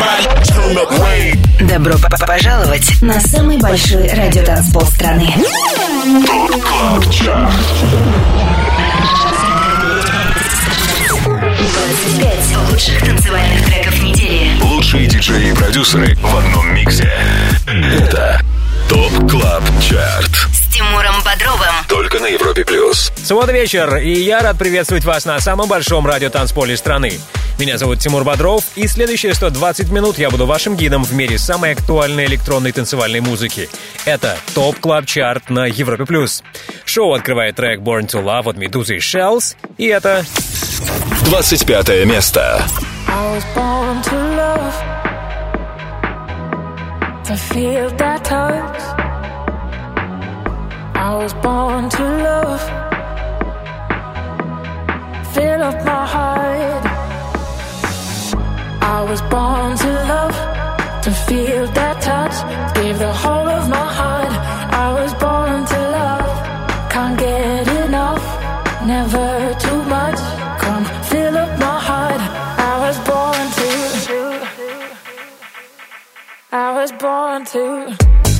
Добро пожаловать на самый большой радиотанцпол страны. ТОП КЛАБ ЧАРТ. 25 лучших танцевальных треков недели. Лучшие диджеи и продюсеры в одном миксе. Это ТОП КЛАБ ЧАРТ С Тимуром Бодровым. Только на Европе+. Суббота вечер, и я рад приветствовать вас на самом большом радиотанцполе страны. Меня зовут Тимур Бодров, и следующие 120 минут я буду вашим гидом в мире самой актуальной электронной танцевальной музыки. Это ТОП КЛАБ ЧАРТ на Европе+. Шоу открывает трек Born to Love от Медузы и Shells, и это 25 место. I was born to love, to feel that touch. I was born to love, fill up my heart. I was born to love, to feel that touch. Give the whole of my heart. I was born to love, can't get enough, never too much. Come fill up my heart. I was born to.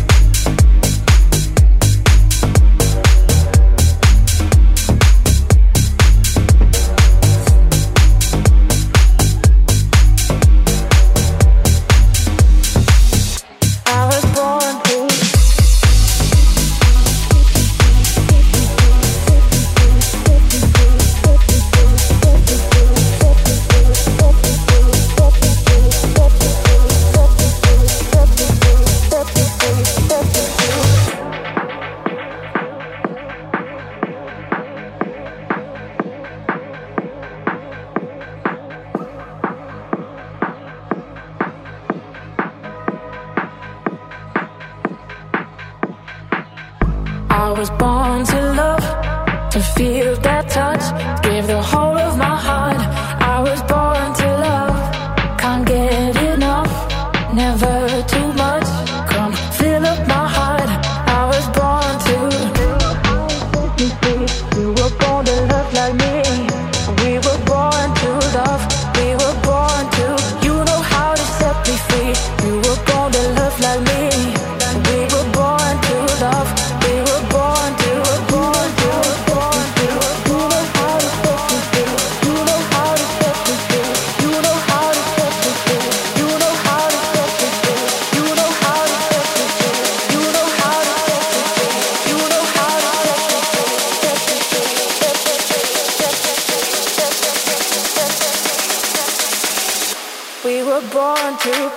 I was born to love, to feel that touch. Give the whole of my heart. I was born to love, can't get enough, never too much. Come fill up my heart. I was born to. You were born to love like me. We were born to love. We were born to. You know how to set me free. You were born to love like me. We were born to love. We were born to. We were born to.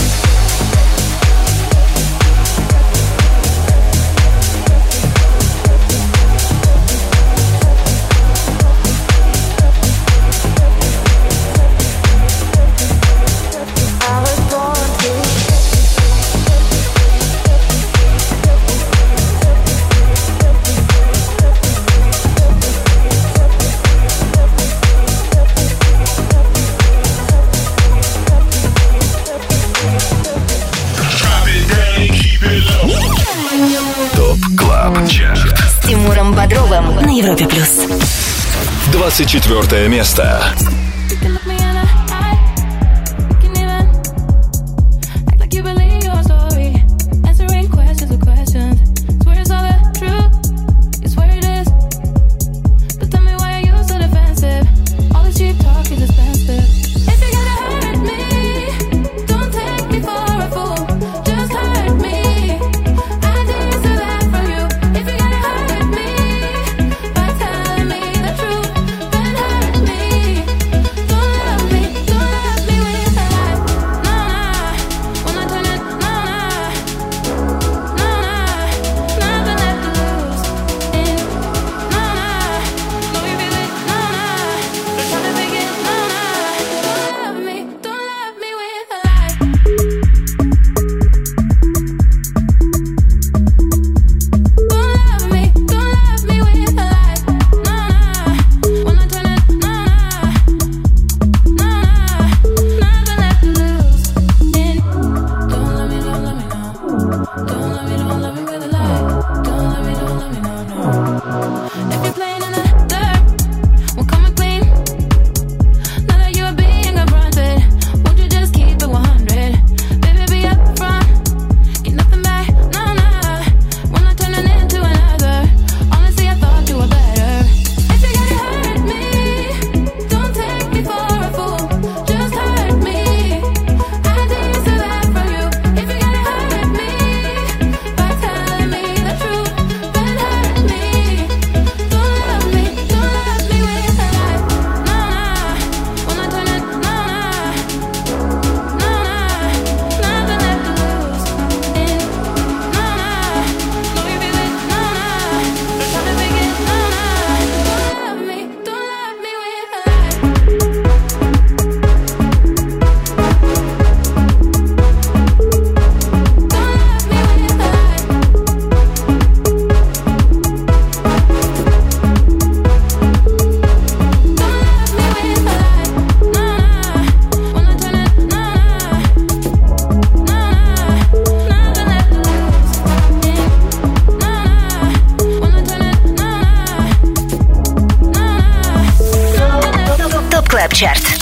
ТОП КЛАБ ЧАРТ С Тимуром Бодровым на Европе+. 24 место. Don't love me.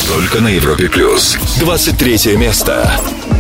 Только на Европе+. 23 место.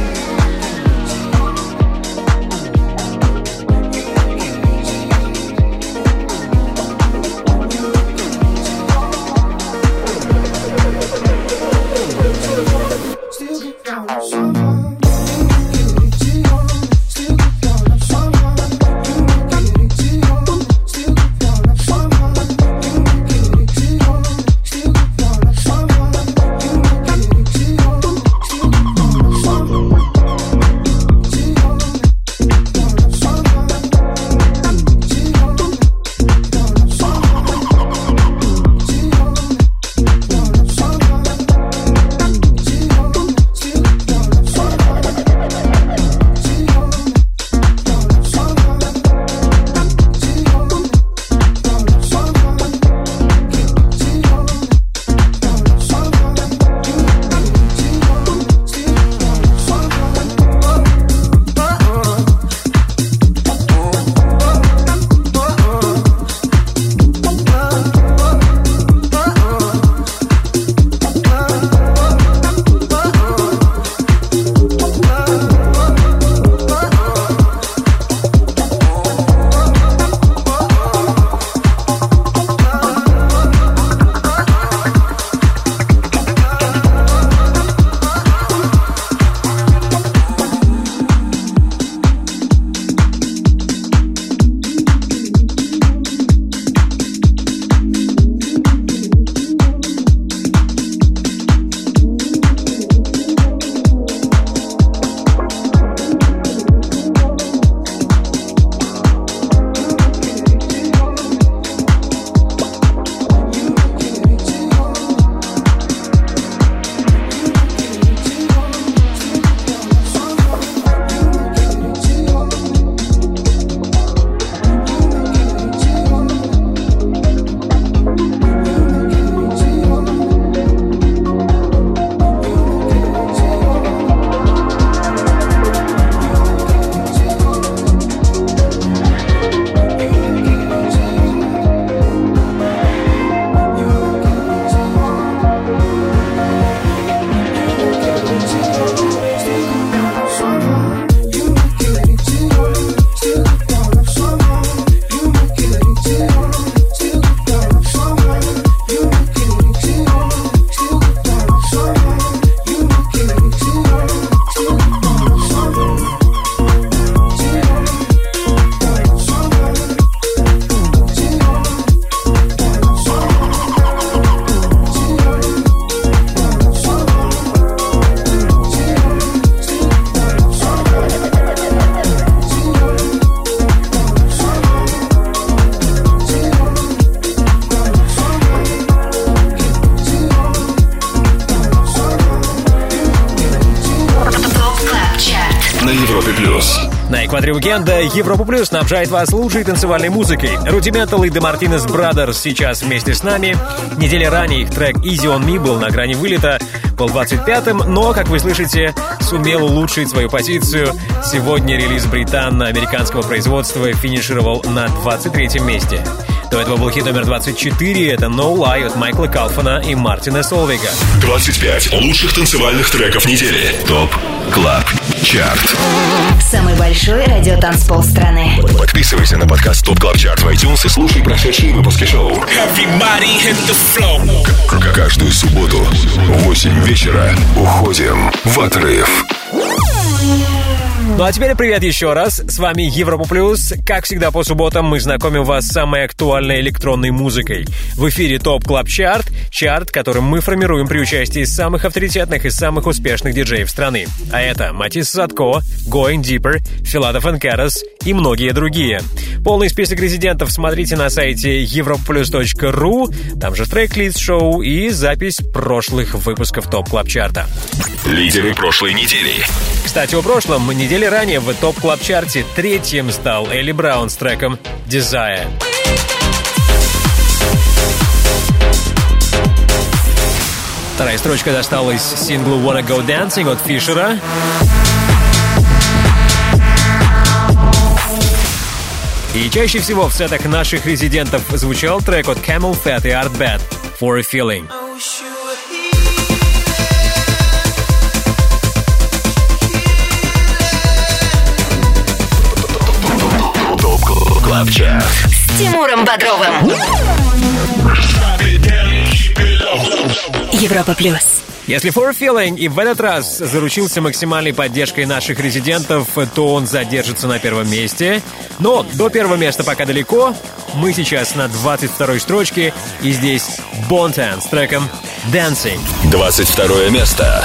На экваторе уикенда Европа Плюс снабжает вас лучшей танцевальной музыкой. Rudimental и The Martinez Brothers сейчас вместе с нами. Недели ранее их трек Easy on Me был на грани вылета, был 25-м, но, как вы слышите, сумел улучшить свою позицию. Сегодня релиз британо-американского производства финишировал на 23-м месте. До этого был хит номер 24, это No Lie от Майкла Калфана и Мартина Солвейга. 25 лучших танцевальных треков недели. ТОП КЛАБ ЧАРТ. Самый большой радиотанцпол страны. Подписывайся на подкаст ТОП КЛАБ ЧАРТ в iTunes и слушай прошедшие выпуски шоу. Каждую субботу в 8 вечера уходим в отрыв. Ну а теперь привет еще раз. С вами Европа Плюс. Как всегда по субботам мы знакомим вас с самой актуальной электронной музыкой. В эфире ТОП КЛАБ ЧАРТ. Чарт, которым мы формируем при участии самых авторитетных и самых успешных диджеев страны. А это Матис Садко, Going Deeper, Филадов & Карас и многие другие. Полный список резидентов смотрите на сайте europaplus.ru. Там же трек-лист шоу и запись прошлых выпусков ТОП КЛАБ ЧАРТа. Лидеры прошлой недели. Кстати, о прошлом. Недели ранее в ТОП КЛАБ ЧАРТе третьим стал Элли Браун с треком Desire. Вторая строчка досталась синглу Wanna Go Dancing от Фишера. И чаще всего в сетах наших резидентов звучал трек от Camel Fat и Art Bad For a Feeling. с Тимуром Бодровым. Европа плюс. Если For Feeling и в этот раз заручился максимальной поддержкой наших резидентов, то он задержится на первом месте. Но до первого места пока далеко. Мы сейчас на 22-й строчке, и здесь Bontan с треком Dancing. 22 место.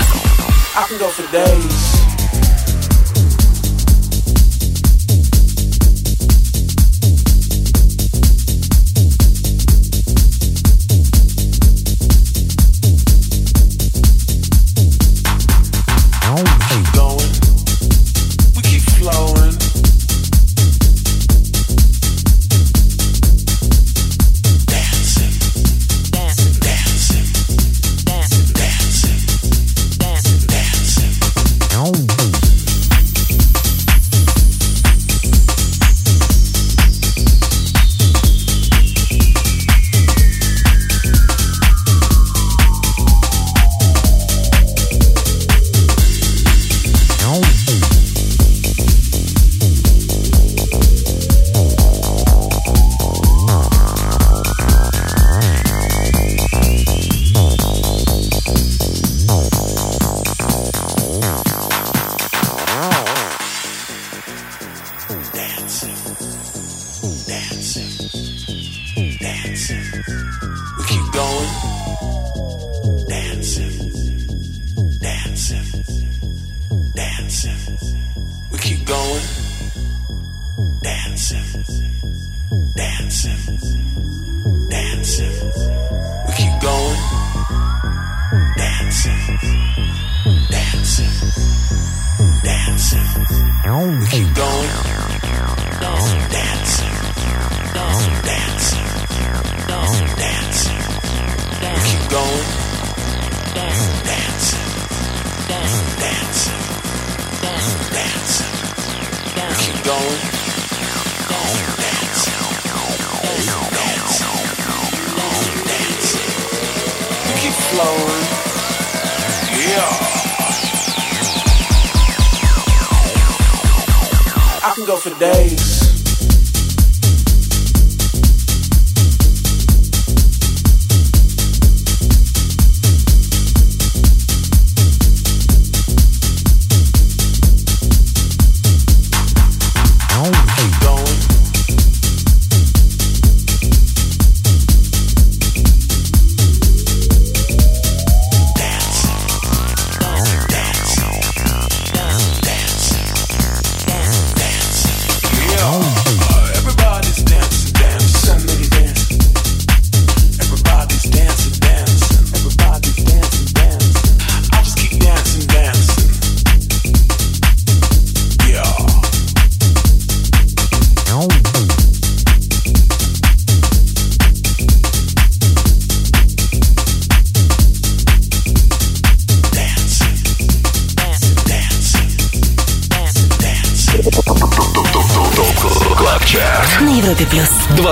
На Европе плюс.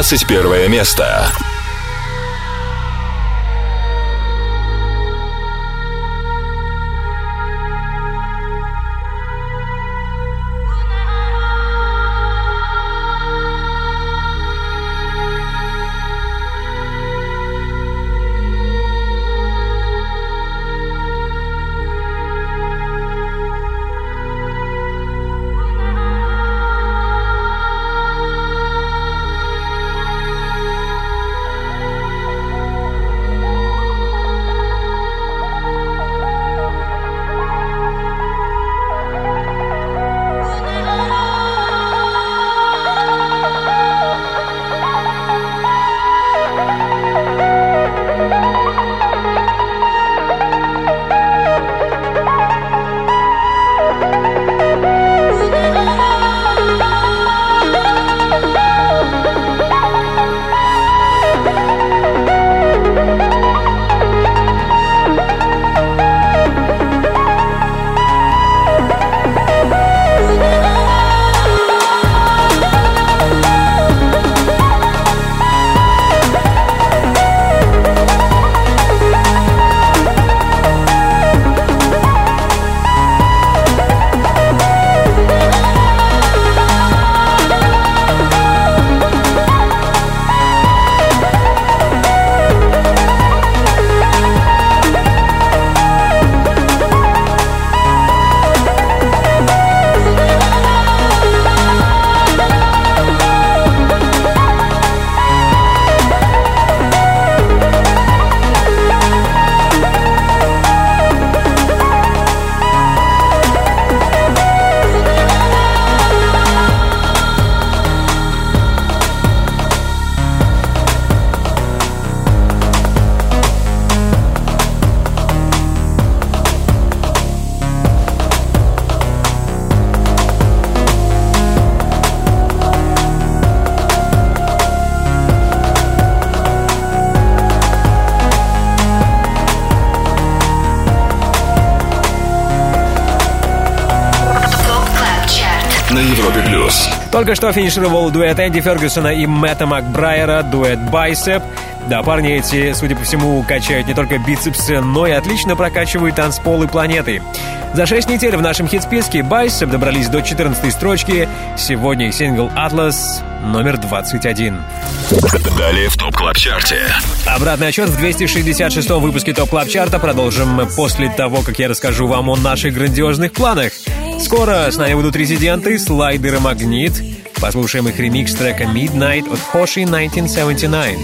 21 место. на Европе плюс. Только что финишировал дуэт Энди Фергюсона и Мэтта Макбрайера, дуэт Bicep. Да, парни эти, судя по всему, качают не только бицепсы, но и отлично прокачивают танцполы планеты. За 6 недель в нашем хит-списке Bicep добрались до 14-й строчки. Сегодня сингл Atlas номер 21. Далее в ТОП Клаб Чарте. Обратный отчет в 266-м выпуске ТОП Клаб Чарта продолжим после того, как я расскажу вам о наших грандиозных планах. Скоро с нами будут резиденты, Слайдер и Магнит. Послушаем их ремикс трека Midnight от Hoshi 1979.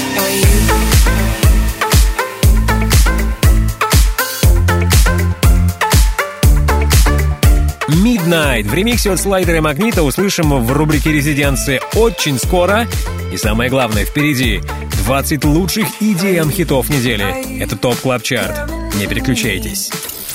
Midnight в ремиксе от Слайдера и Магнита услышим в рубрике «Резиденции» очень скоро. И самое главное, впереди 20 лучших EDM-хитов недели. Это ТОП Клаб Чарт. Не переключайтесь.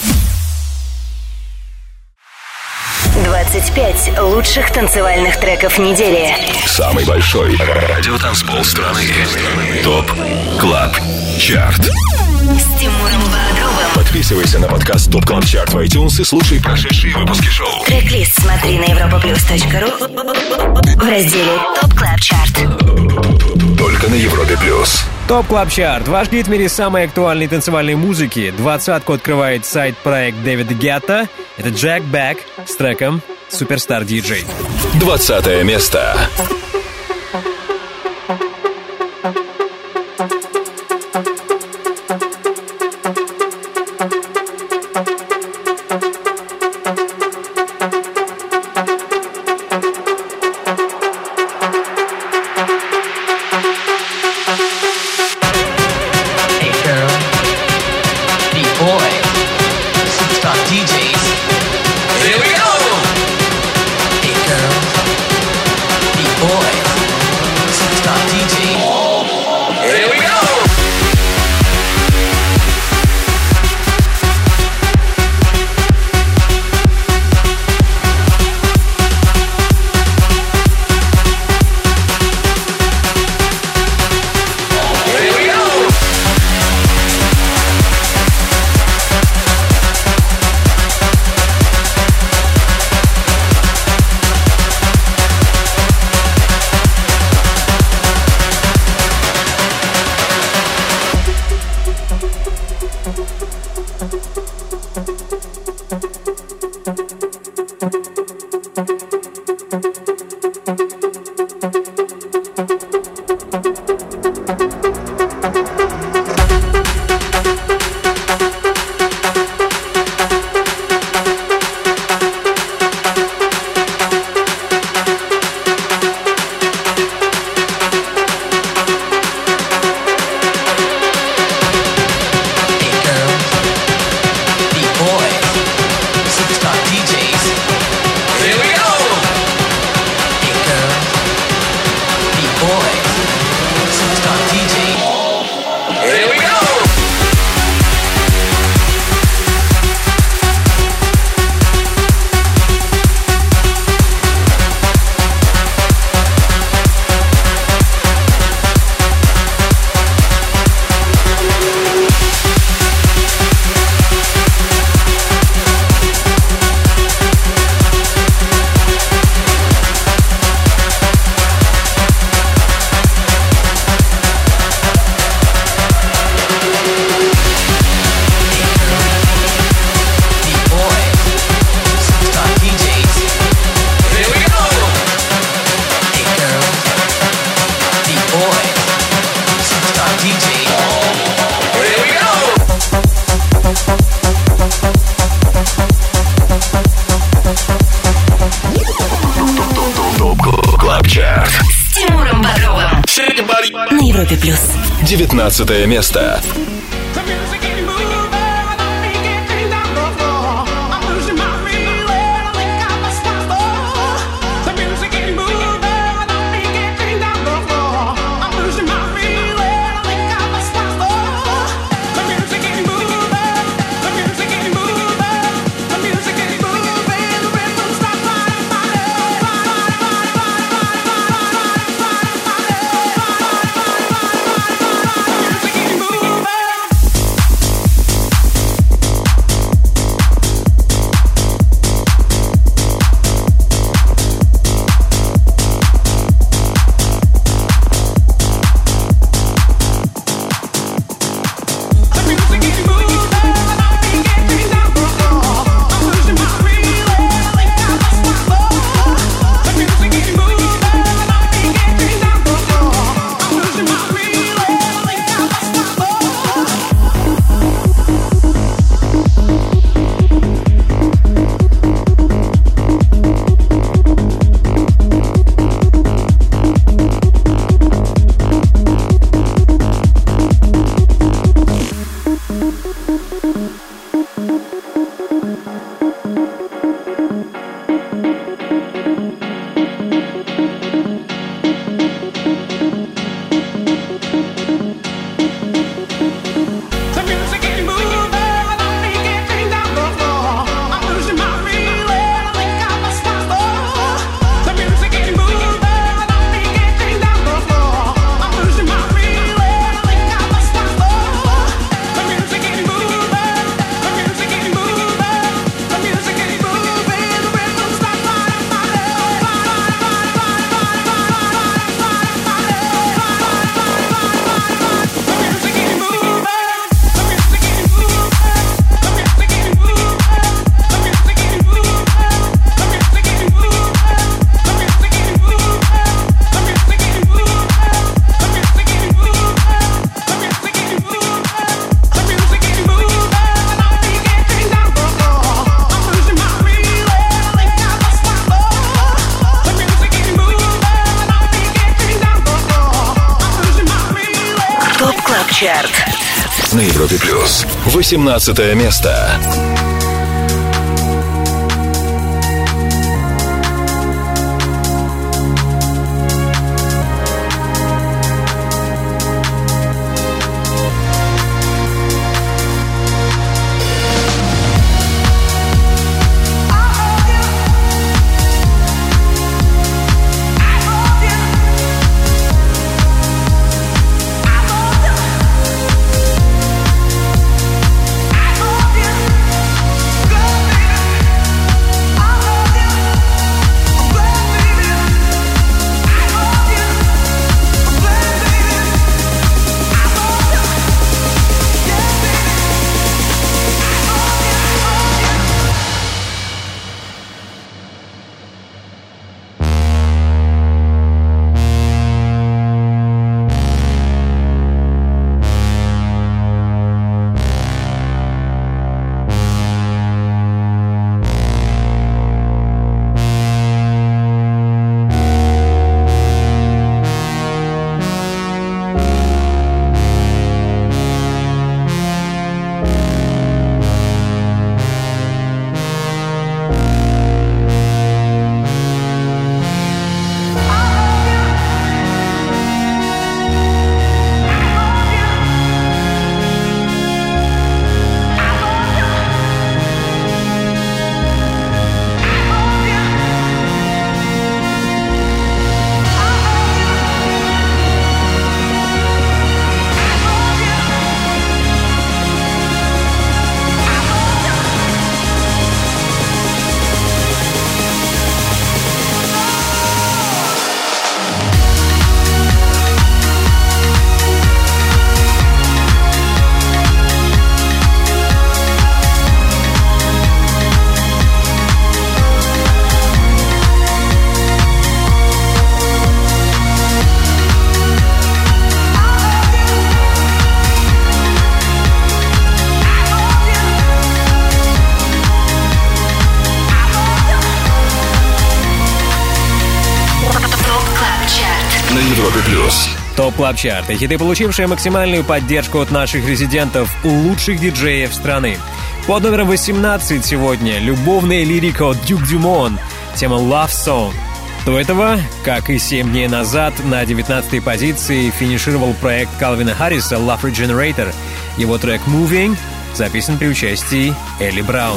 25 лучших танцевальных треков недели. Самый большой радиотанцпол страны. ТОП Клаб Чарт. С Тимуром Бодровым. Подписывайся на подкаст ТОП Клаб Чарт в iTunes и слушай прошедшие выпуски шоу. Трек-лист смотри на europaplus.ru в разделе ТОП Клаб Чарт. Только на Европе плюс. ТОП Клаб Чарт. Ваш гид в мире самой актуальной танцевальной музыки. 20-ку открывает сайт-проект Дэвида Гетта. Это Jack Back с треком Superstar DJ. 20 место. С Тимуром Бодровым. На Европе плюс. 19 место. Чарт на Европе Плюс. 18 место. ТОП Клаб Чарт. Хиты, получившие максимальную поддержку от наших резидентов, лучших диджеев страны. Под номером 18 сегодня любовная лирика от Duke Dumont, тема Love Song. До этого, как и 7 дней назад, на 19-й позиции финишировал проект Калвина Харриса Love Regenerator. Его трек Moving записан при участии Элли Браун.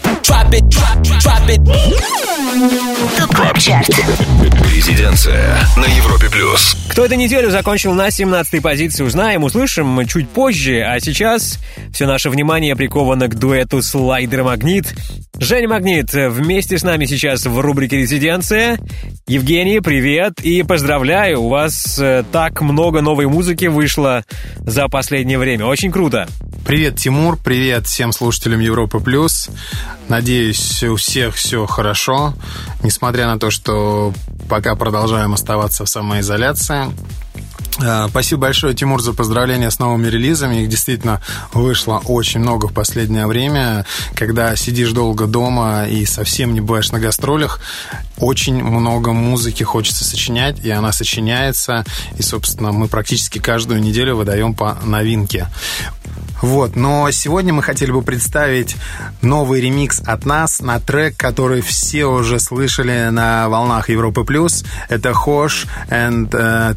ТОП Клаб Чарт. Резиденция на Европе Плюс. Кто эту неделю закончил на 17-й позиции, узнаем, услышим чуть позже. А сейчас все наше внимание приковано к дуэту Слайдер Магнит. Женя Магнит вместе с нами сейчас в рубрике «Резиденция». Евгений, привет и поздравляю, у вас так много новой музыки вышло за последнее время. Очень круто. Привет, Тимур, привет всем слушателям Европы Плюс. Надеюсь, у всех все хорошо, несмотря на то, что пока продолжаем оставаться в самоизоляции. Спасибо большое, Тимур, за поздравления с новыми релизами. Их действительно вышло очень много в последнее время. Когда сидишь долго дома и совсем не бываешь на гастролях, очень много музыки хочется сочинять, и она сочиняется. И, собственно, мы практически каждую неделю выдаем по новинке. Вот, но сегодня мы хотели бы представить новый ремикс от нас на трек, который все уже слышали на волнах Европы Плюс. Это Хош and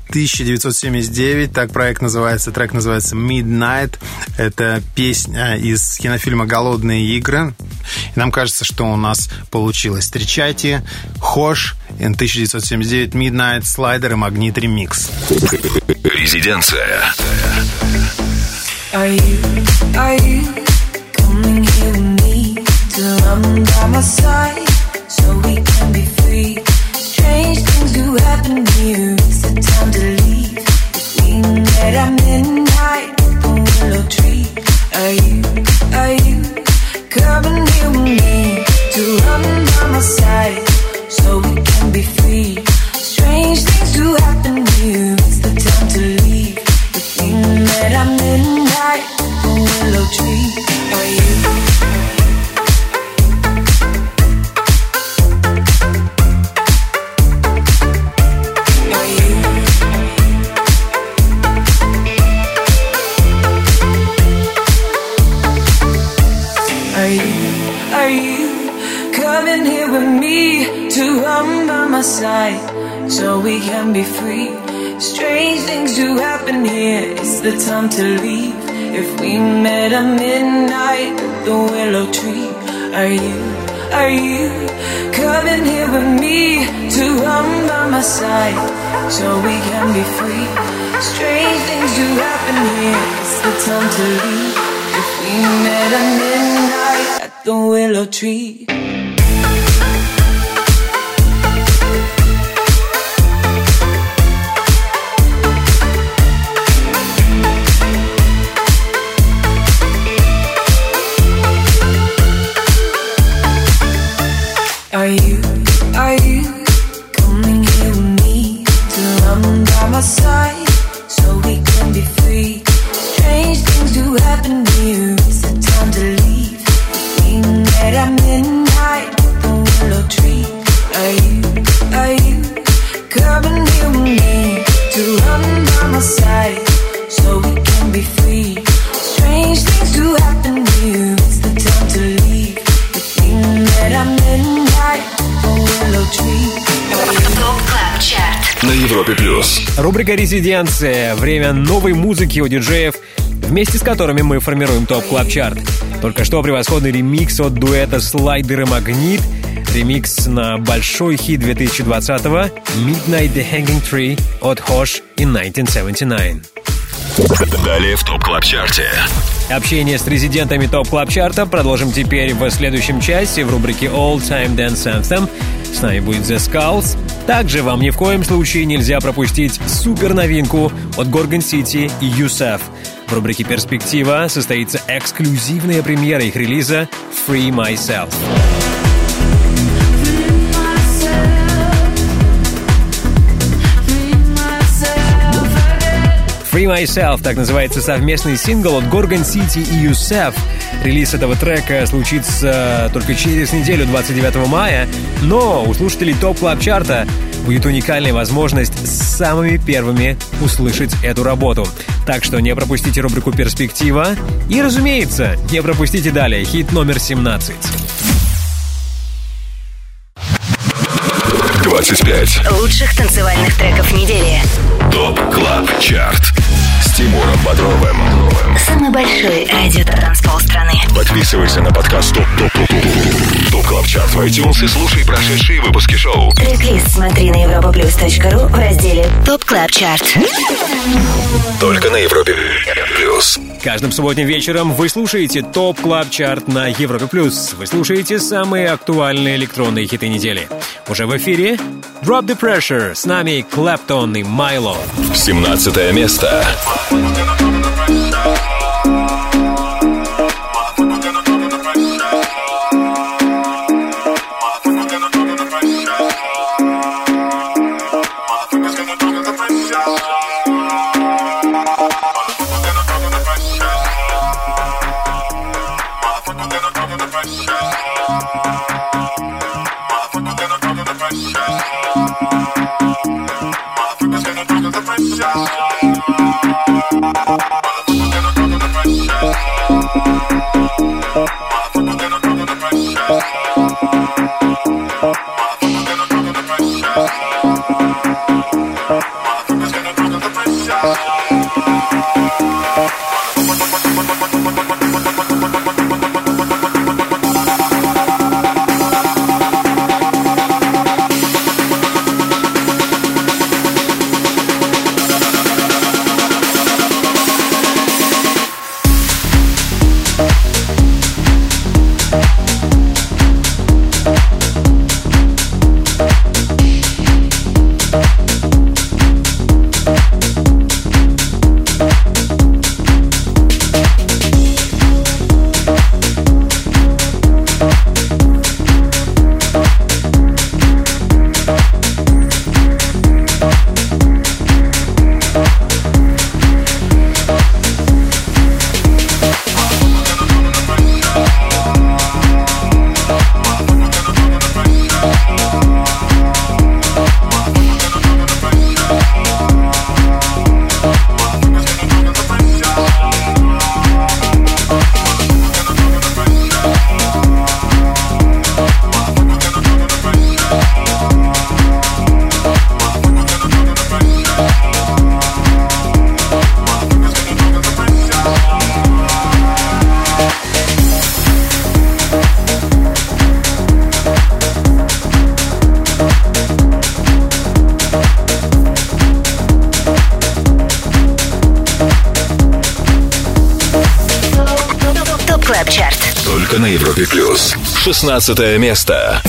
1979, так проект называется. Трек называется Midnight. Это песня из кинофильма «Голодные игры». И нам кажется, что у нас получилось. Встречайте, Хош and 1979, Midnight, Слайдер и Магнит ремикс. Резиденция. Are you coming here with me to run by my side so we can be free? Strange things do happen here, it's the time to leave. If we met at midnight, the willow tree. Are you coming here with me to run by my side so we can be free? Strange things do happen here, it's the time to leave. If we met at midnight, the willow tree. Are you? Are you coming here with me to run by my side so we can be free? Strange things do happen here. It's the time to leave. If we met at midnight at the willow tree, are you coming here with me to run by my side so we can be free? Strange things do happen here. It's the time to leave. If we met at midnight at the willow tree. Are you coming here with me to run by my side so we can be free? Strange things do happen here. It's the time to leave. We met at midnight at the willow tree. Are you coming here with me to run by my side so we can be free? Strange things do happen here. It's the time to leave. If we met at midnight. На Европе Плюс. Рубрика «Резиденция». Время новой музыки у диджеев, вместе с которыми мы формируем ТОП Клаб Чарт. Только что превосходный ремикс от дуэта «Слайдер» и «Магнит». Ремикс на большой хит 2020-го «Midnight the Hanging Tree» от Hosh in 1979. Далее в ТОП Клаб Чарте. Общение с резидентами ТОП Клаб Чарта продолжим теперь в следующем часе в рубрике All Time Dance Anthem. С нами будет The Skulls. Также вам ни в коем случае нельзя пропустить супер новинку от Gorgon City и Yusef. В рубрике «Перспектива» состоится эксклюзивная премьера их релиза Free Myself. Free Myself, так называется совместный сингл от Gorgon City и Yusef. Релиз этого трека случится только через неделю, 29 мая, но у слушателей ТОП Клаб Чарта будет уникальная возможность с самыми первыми услышать эту работу. Так что не пропустите рубрику «Перспектива» и, разумеется, не пропустите далее хит номер 17. 25 лучших танцевальных треков недели. ТОП Клаб Чарт с Тимуром Бодровым. Самый большой радиотанцпол страны. Подписывайся на подкаст ТОП Клаб Чарт в iTunes и слушай прошедшие выпуски шоу. Трек-лист смотри на europaplus.ru в разделе ТОП Клаб Чарт. Только на Европе Плюс. Каждым субботним вечером вы слушаете ТОП Клаб Чарт на Европе Плюс. Вы слушаете самые актуальные электронные хиты недели. Уже в эфире Drop the Pressure. С нами Клэптон и Майло. 17 место. Европе плюс. 16 место.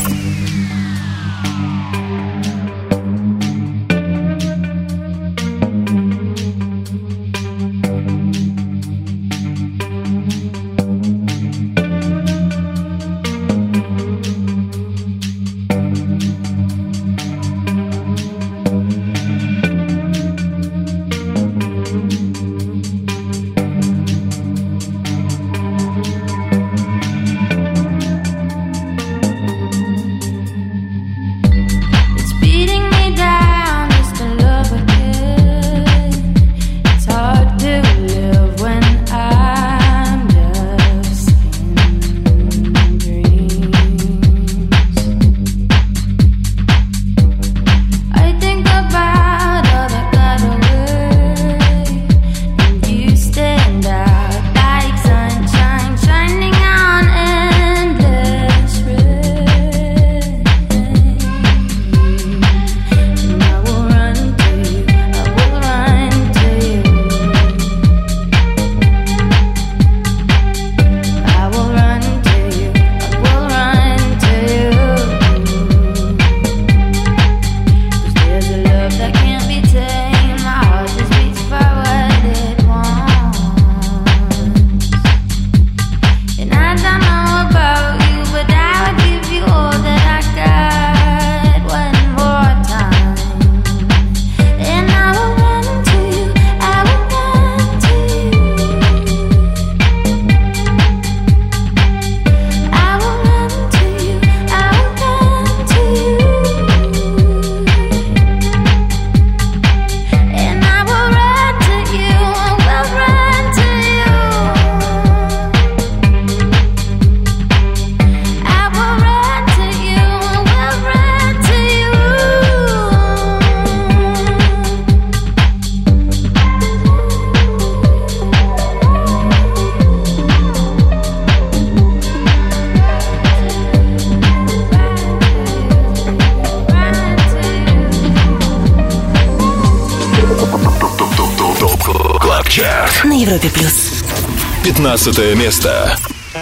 На Европе плюс. 15 место.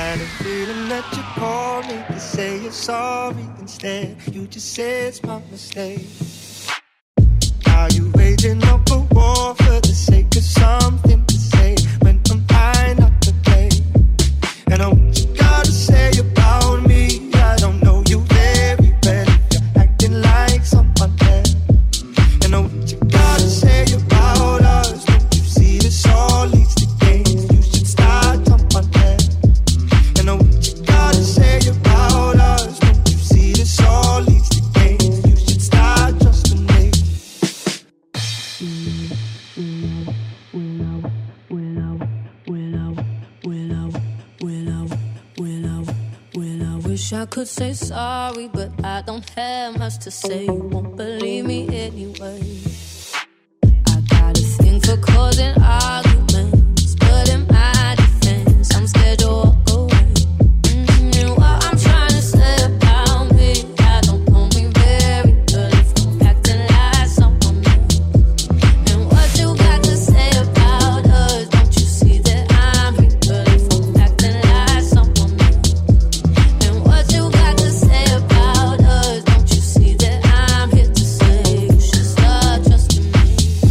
I could say sorry, but I don't have much to say. You won't believe me anyway. I got a thing for causing arguments, but in my defense, I'm scared to walk away. And what I'm trying to say about me, I don't know me very well if I'm acting like someone else. And what you got to say about us, don't you see that I'm real if I'm acting like someone else? And what you got to say about us, don't you see that I'm here to say you should start trusting me?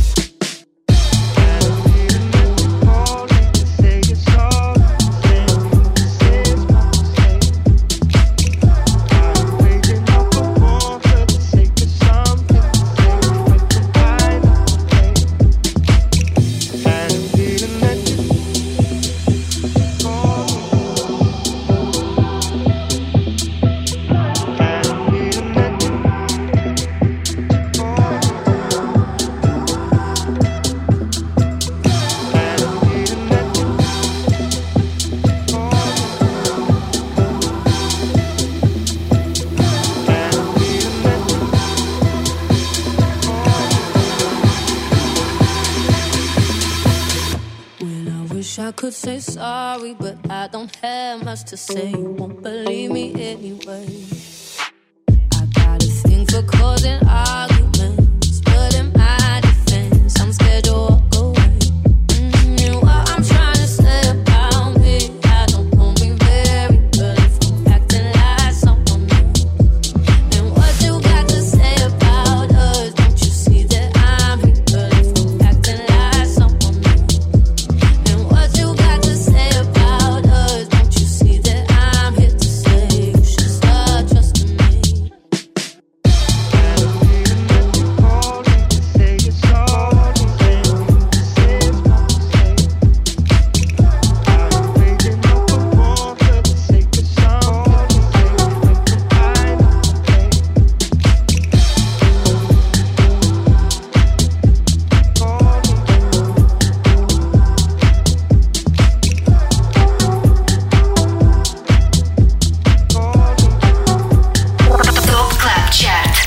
I could say sorry, but I don't have much to say. You won't believe me anyway. I got a thing for causing arguments, but in my defense, I'm scared to walk away. And what I'm trying to say about me, I don't know me very well if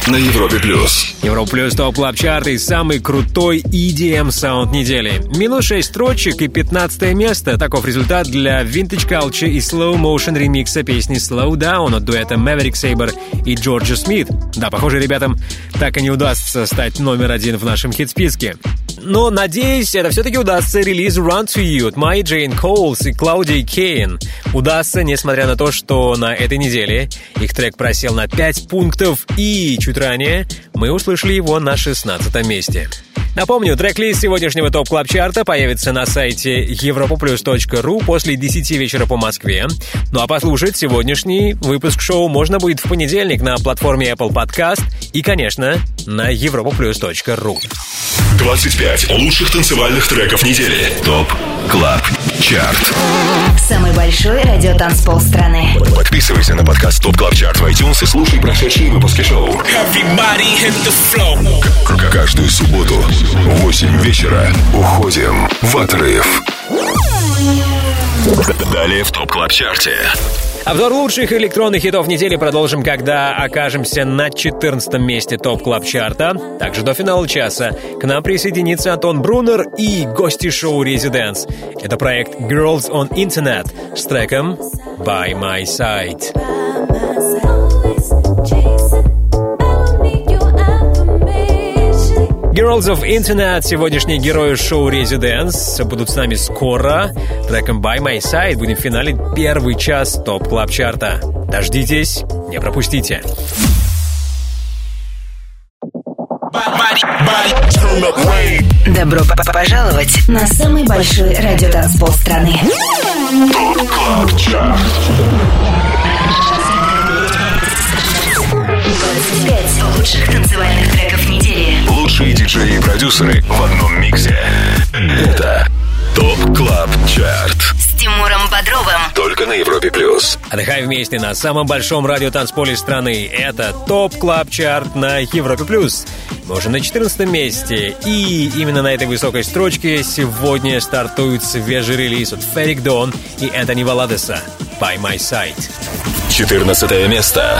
на Европе плюс. Европа плюс топ клаб чарт и самый крутой EDM саунд недели. Минус 6 строчек и 15 место. Таков результат для Vintage Culture и Slow Motion ремикса песни Slow Down от дуэта Maverick Sabre и Джорджа Смит. Да, похоже, ребятам так и не удастся стать номер один в нашем хит-списке. Но, надеюсь, это все-таки удастся релиз Run to You от Maya Jane Coles и Клаудии Кейн. Удастся, несмотря на то, что на этой неделе их трек просел на 5 пунктов, и чуть ранее мы услышали его на 16 месте. Напомню, трек-лист сегодняшнего топ-клаб-чарта появится на сайте europoplus.ru после 10 вечера по Москве. Ну а послушать сегодняшний выпуск шоу можно будет в понедельник на платформе Apple Podcast и, конечно, на europoplus.ru. 25 лучших танцевальных треков недели. ТОП Клаб Чарт. Самый большой радиотанцпол страны. Подписывайся на подкаст ТОП Клаб Чарт в iTunes и слушай прошедшие выпуски шоу. Каждую субботу в 8 вечера уходим в отрыв. Далее в ТОП Клаб Чарте. Обзор лучших электронных хитов недели продолжим, когда окажемся на 14 месте ТОП Клаб Чарта. Также до финала часа к нам присоединится Антон Брунер и гости шоу «Резиденс». Это проект Girls on Internet с треком «By My Side». Girls of Internet, сегодняшние герои шоу Residence, будут с нами скоро. Треком By My Side будем финалить первый час ТОП Клаб Чарта. Дождитесь, не пропустите. Добро пожаловать на самый большой радиотанцпол страны. ТОП Клаб Чарт. 25 лучших танцевальных треков недели. Лучшие диджеи и продюсеры в одном миксе. Это ТОП Клаб Чарт. С Тимуром Бодровым. Только на Европе плюс. Отдыхай вместе на самом большом радиотанцполе страны. Это ТОП Клаб Чарт на Европе плюс. Мы уже на 14 месте. И именно на этой высокой строчке сегодня стартует свежий релиз от Ферик Дон и Энтони Валадеса «By My Side». 14 место.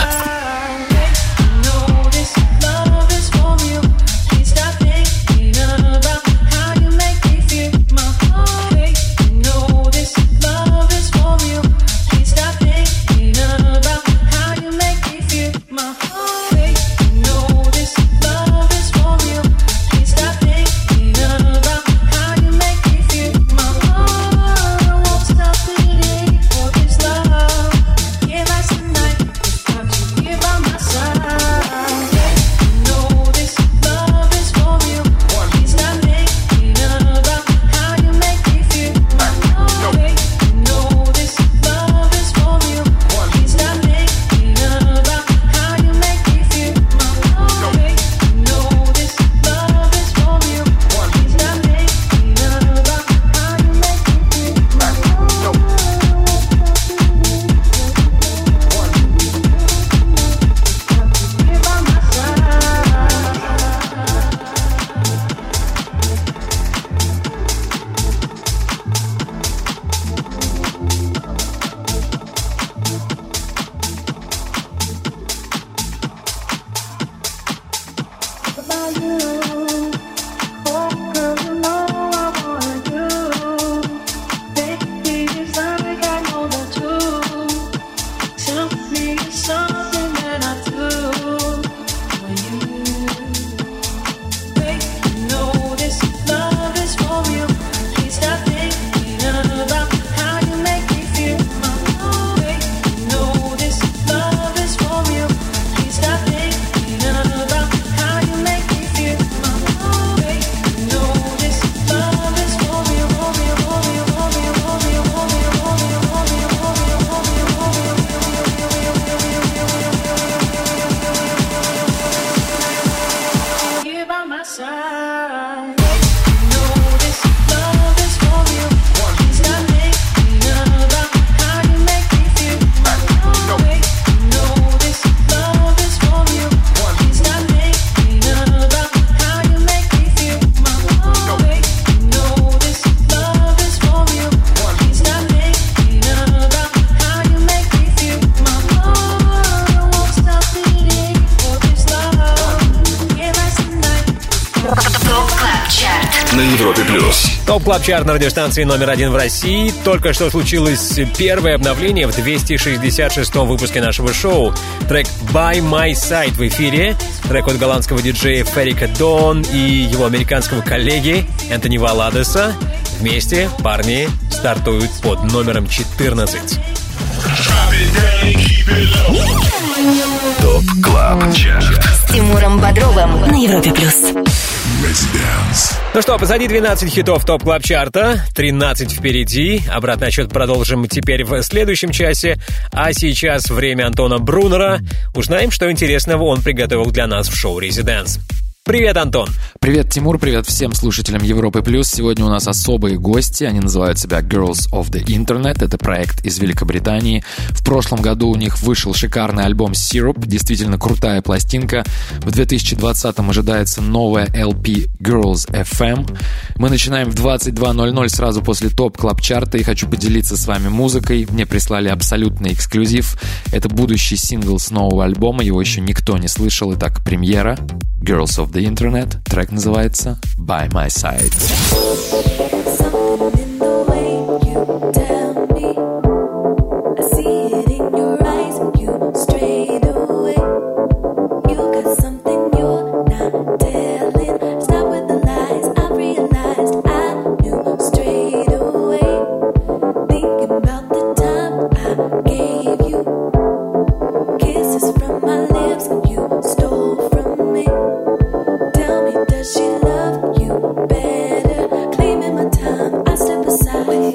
на Европе+. ТОП Клаб Чарт на радиостанции номер 1 в России. Только что случилось первое обновление в 266-м выпуске нашего шоу. Трек «By My Side» в эфире. Трек от голландского диджея Феррика Дон и его американского коллеги Энтони Валадеса. Вместе парни стартуют под номером 14. ТОП Клаб Чарт С Тимуром Бодровым на Европе+. Ну что, позади 12 хитов ТОП Клаб Чарта, 13 впереди. Обратный отсчет продолжим теперь в следующем часе. А сейчас время Антона Брунера. Узнаем, что интересного он приготовил для нас в шоу «Резиденс». Привет, Антон! Привет, Тимур, привет всем слушателям Европы+. Сегодня у нас особые гости, они называют себя Girls of the Internet, это проект из Великобритании. В прошлом году у них вышел шикарный альбом Syrup, действительно крутая пластинка. В 2020-м ожидается новая LP Girls FM. Мы начинаем в 22:00 сразу после ТОП Клаб Чарта, и хочу поделиться с вами музыкой. Мне прислали абсолютный эксклюзив. Это будущий сингл с нового альбома, его еще никто не слышал, итак, премьера. Girls of the Internet. Трек называется By My Side. She love you better, claiming my time. I step aside.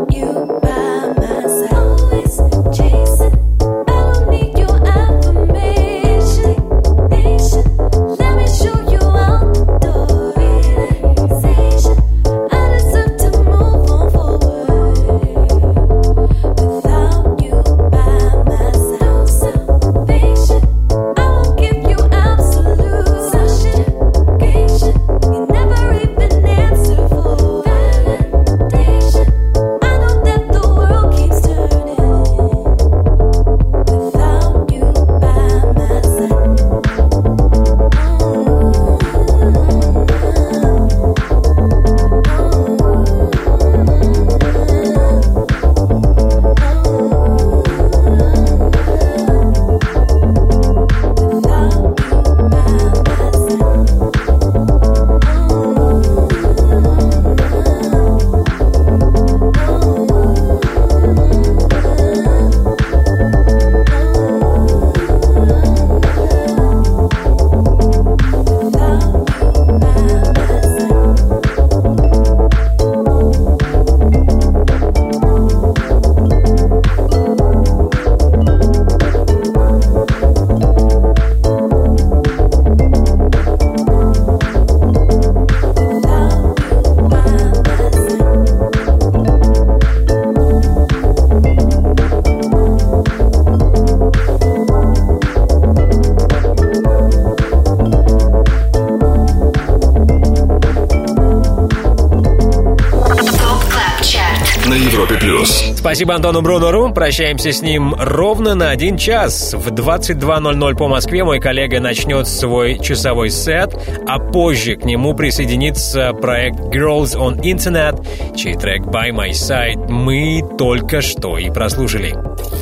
Спасибо Антону Брунеру. Прощаемся с ним ровно на 1 час. В 22:00 по Москве мой коллега начнет свой часовой сет, а позже к нему присоединится проект Girls on Internet, чей трек By My Side мы только что и прослушали.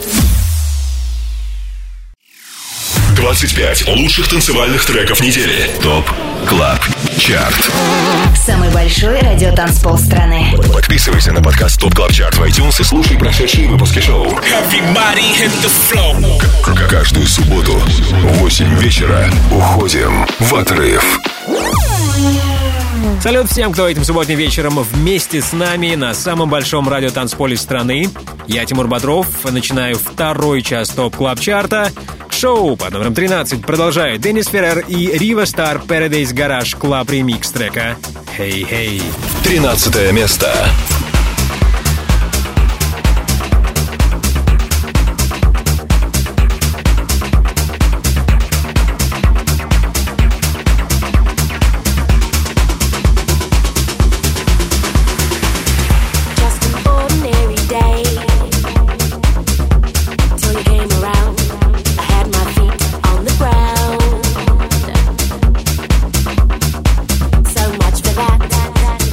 25 лучших танцевальных треков недели. ТОП Клаб Чарт. Самый большой радиотанцпол страны. Подписывайся на подкаст ТОП Клаб Чарт в iTunes и слушай прошедшие выпуски шоу. Каждую субботу в 8 вечера уходим в отрыв. Салют всем, кто этим субботним вечером вместе с нами на самом большом радиотанцполе страны. Я Тимур Бодров. Начинаю второй час ТОП Клаб Чарта. Шоу под номером 13 продолжают Деннис Феррер и Рива Стар Paradise Garage Club ремикс трека «Hey Hey». 13 место. So much for that.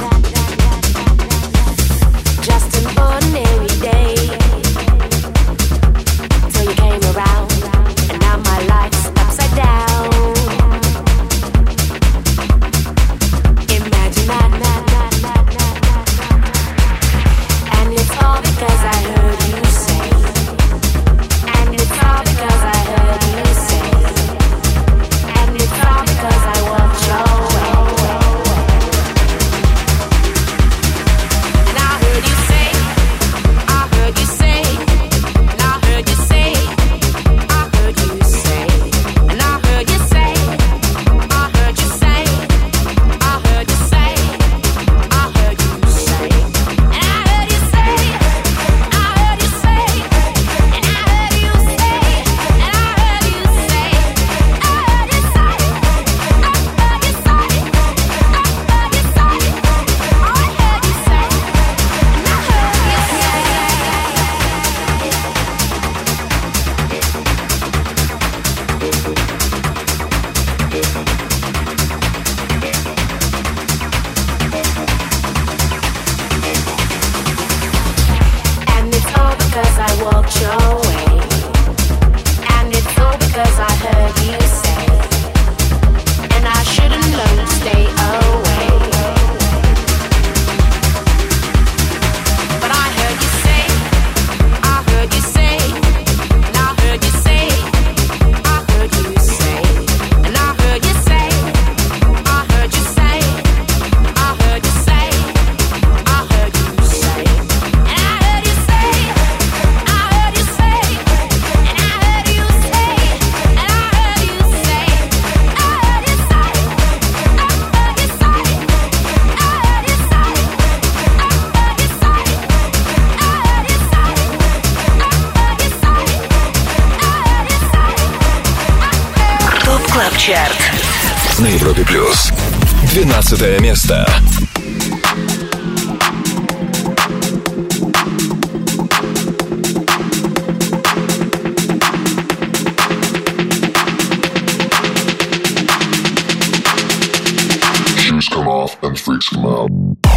Клаб Чарт на Европе Плюс. 12 место. Shoes come off and freaks come out.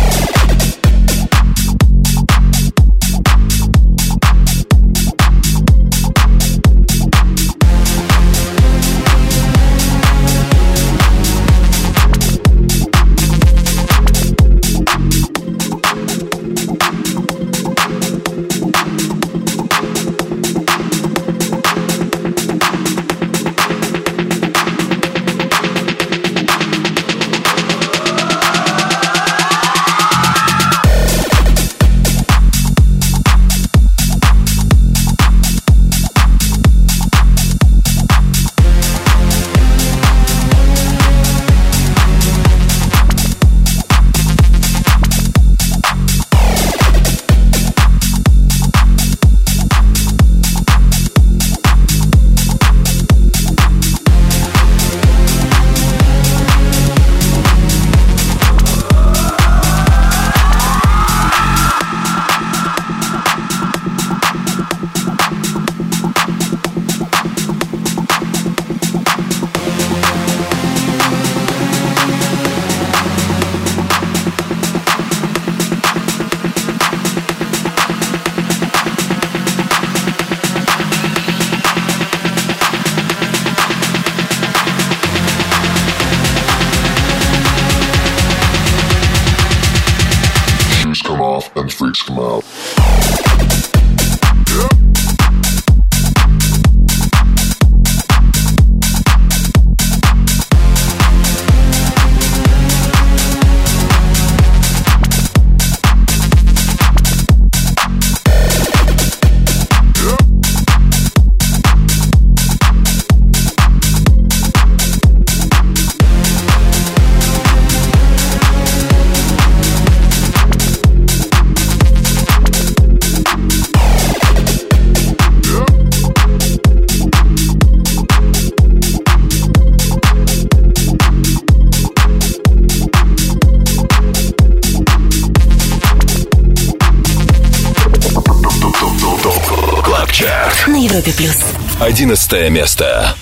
And freaks come out. на Европе Плюс. 11 место.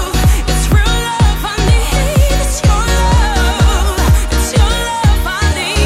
I need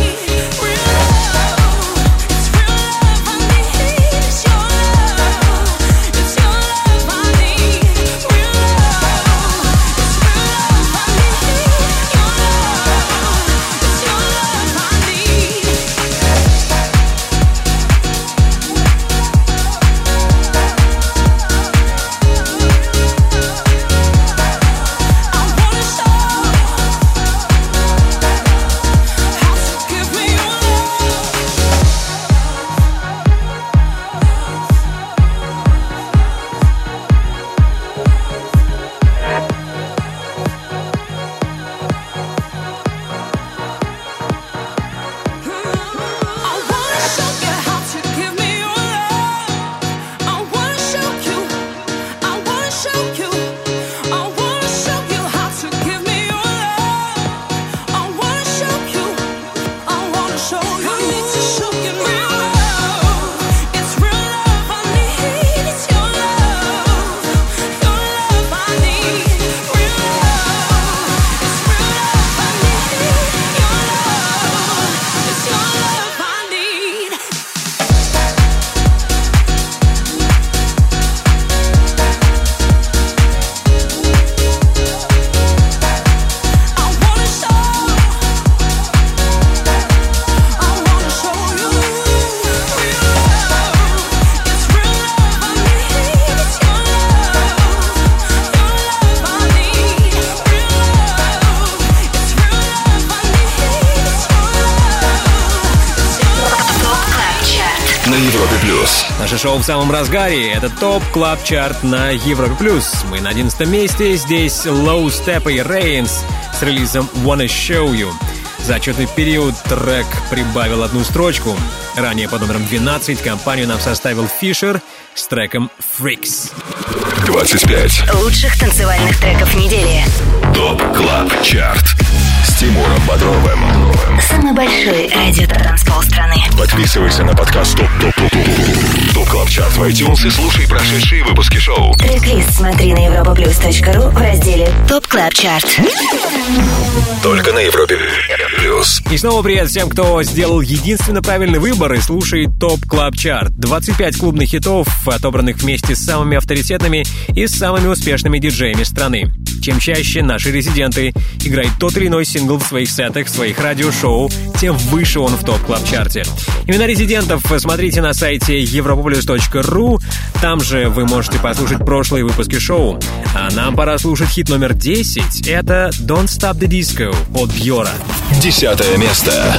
на Европе плюс. Наше шоу в самом разгаре. Это ТОП Клаб Чарт на Европе плюс. Мы на 11 месте. Здесь Low Step и Reigns с релизом Wanna Show You. За отчетный период трек прибавил одну строчку. Ранее под номером 12 компанию нам составил Fisher с треком Freaks. 25 лучших танцевальных треков недели. ТОП Клаб Чарт с Тимуром Бодровым. Самый большой радиотанцпол страны. Подписывайся на подкаст ТОП Клаб Чарт в iTunes и слушай прошедшие выпуски шоу. Трек-лист смотри на europaplus.ru в разделе ТОП Клаб Чарт. Только на Европе плюс. И снова привет всем, кто сделал единственно правильный выбор и слушает ТОП Клаб Чарт. 25 клубных хитов, отобранных вместе с самыми авторитетными и самыми успешными диджеями страны. Чем чаще наши резиденты играют тот или иной сингл в своих сетах, в своих радиошоу, тем выше он в ТОП Клаб Чарте. Имена резидентов смотрите на сайте europaplus.ru. Там же вы можете послушать прошлые выпуски шоу. А нам пора слушать хит номер 10. Это Don't Stop the Disco от Бьора. 10 место.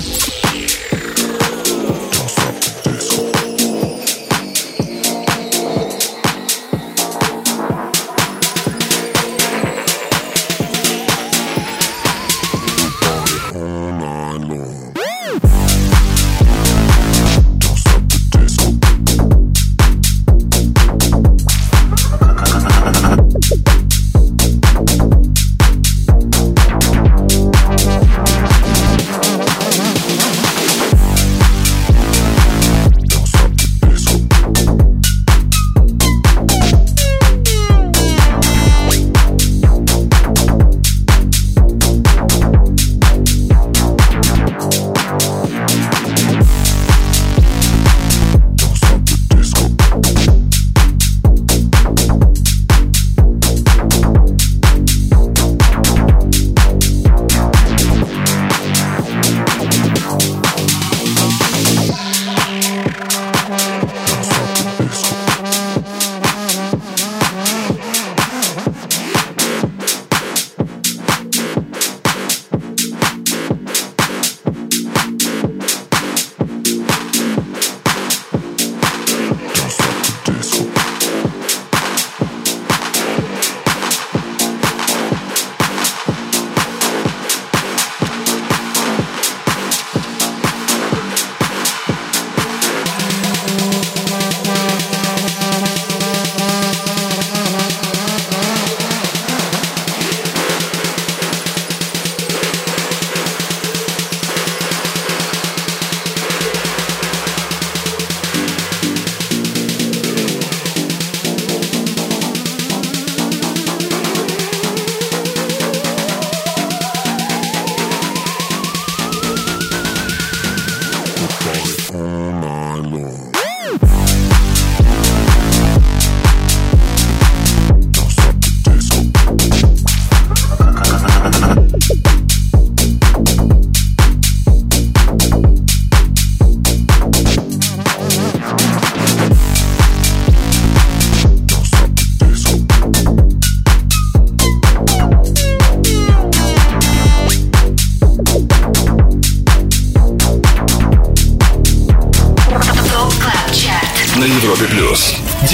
На Европе плюс.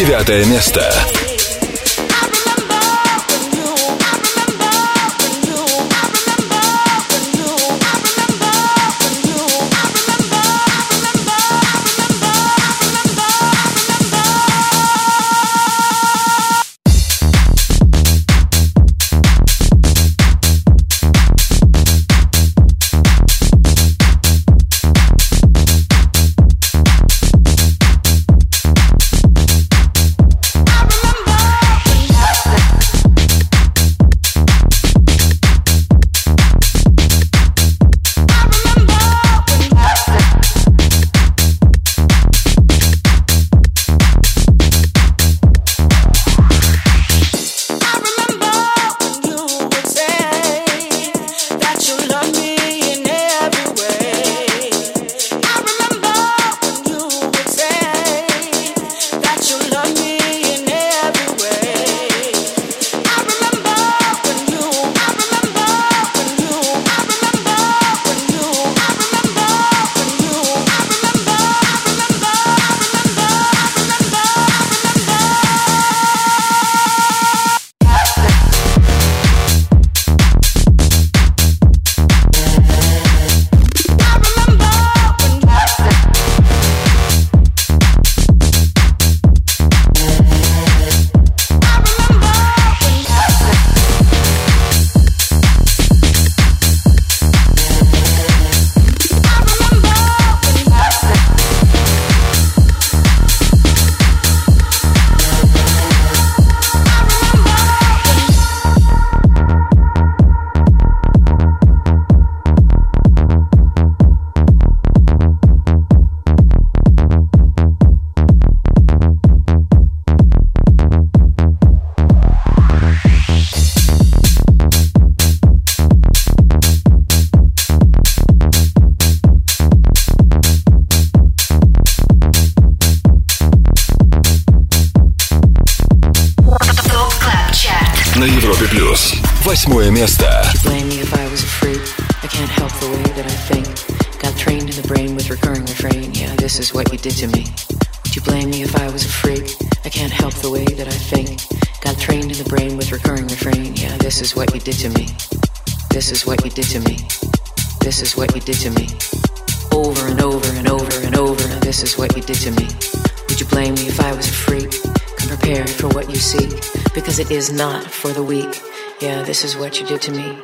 9 место. I remember 8 место. Blame me if I was a freak. I can't help the way that I think. Got trained in the brain with recurring refrain. Yeah, this is what you did to me. Would you blame me if I was a freak? I can't help the way that I think. Got trained in the brain with recurring refrain. Yeah, this is what you did to me. This is what you did to me. This is what you did to me. Over and over and over and over. Now this is what you did to me. Would you blame me if I was a freak? Come prepared for what you seek, because it is not for the weak. Yeah, this is what you did to me.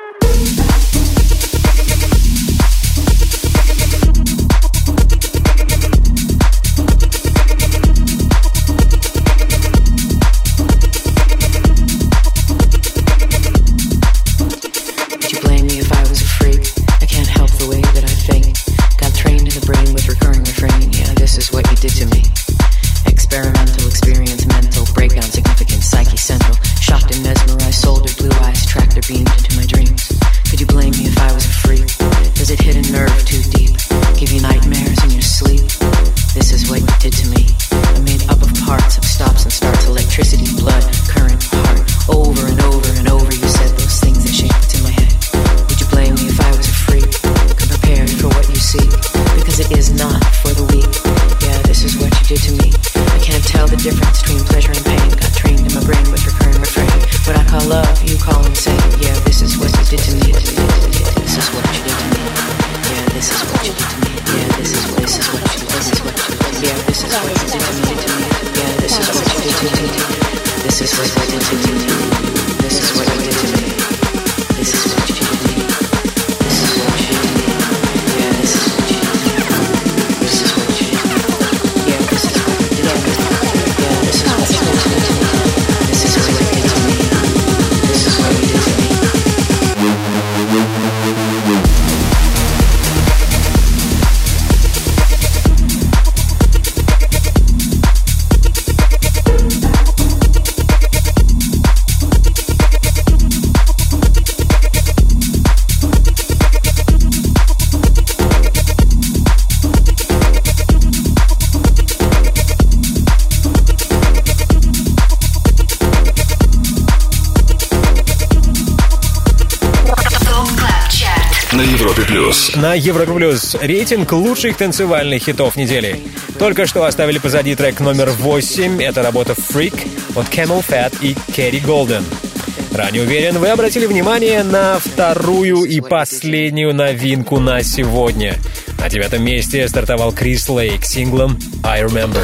На Европе Плюс рейтинг лучших танцевальных хитов недели. Только что оставили позади трек номер 8. Это работа «Freak» от Camel Fat и Kerry Golden. Ранее уверен, вы обратили внимание на вторую и последнюю новинку на сегодня. На 9 месте стартовал Крис Лейк с синглом «I Remember».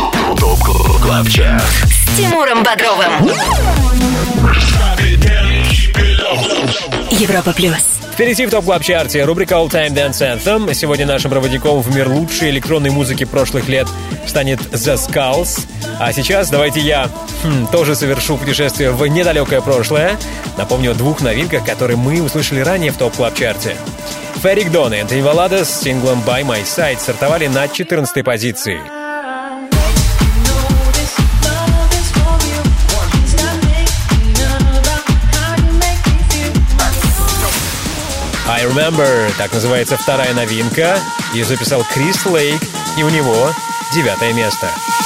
ТОП КЛАБ ЧАРТ с Тимуром Бодровым. Европа Плюс. Впереди в ТОП КЛАБ ЧАРТе рубрика All Time Dance Anthem. Сегодня нашим проводником в мир лучшей электронной музыки прошлых лет станет The Skulls. А сейчас давайте я тоже совершу путешествие в недалекое прошлое. Напомню о двух новинках, которые мы услышали ранее в ТОП КЛАБ ЧАРТе. Ферик Дон и Энтони Валадос с синглом By My Side стартовали на 14-й позиции. I Remember, так называется вторая новинка. Ее записал Крис Лейк, и у него 9 место.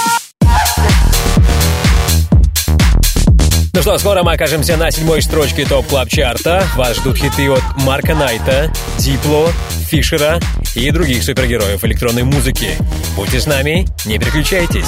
Ну что, скоро мы окажемся на 7-й строчке ТОП КЛАБ ЧАРТа. Вас ждут хиты от Марка Найта, Дипло, Фишера и других супергероев электронной музыки. Будьте с нами, не переключайтесь.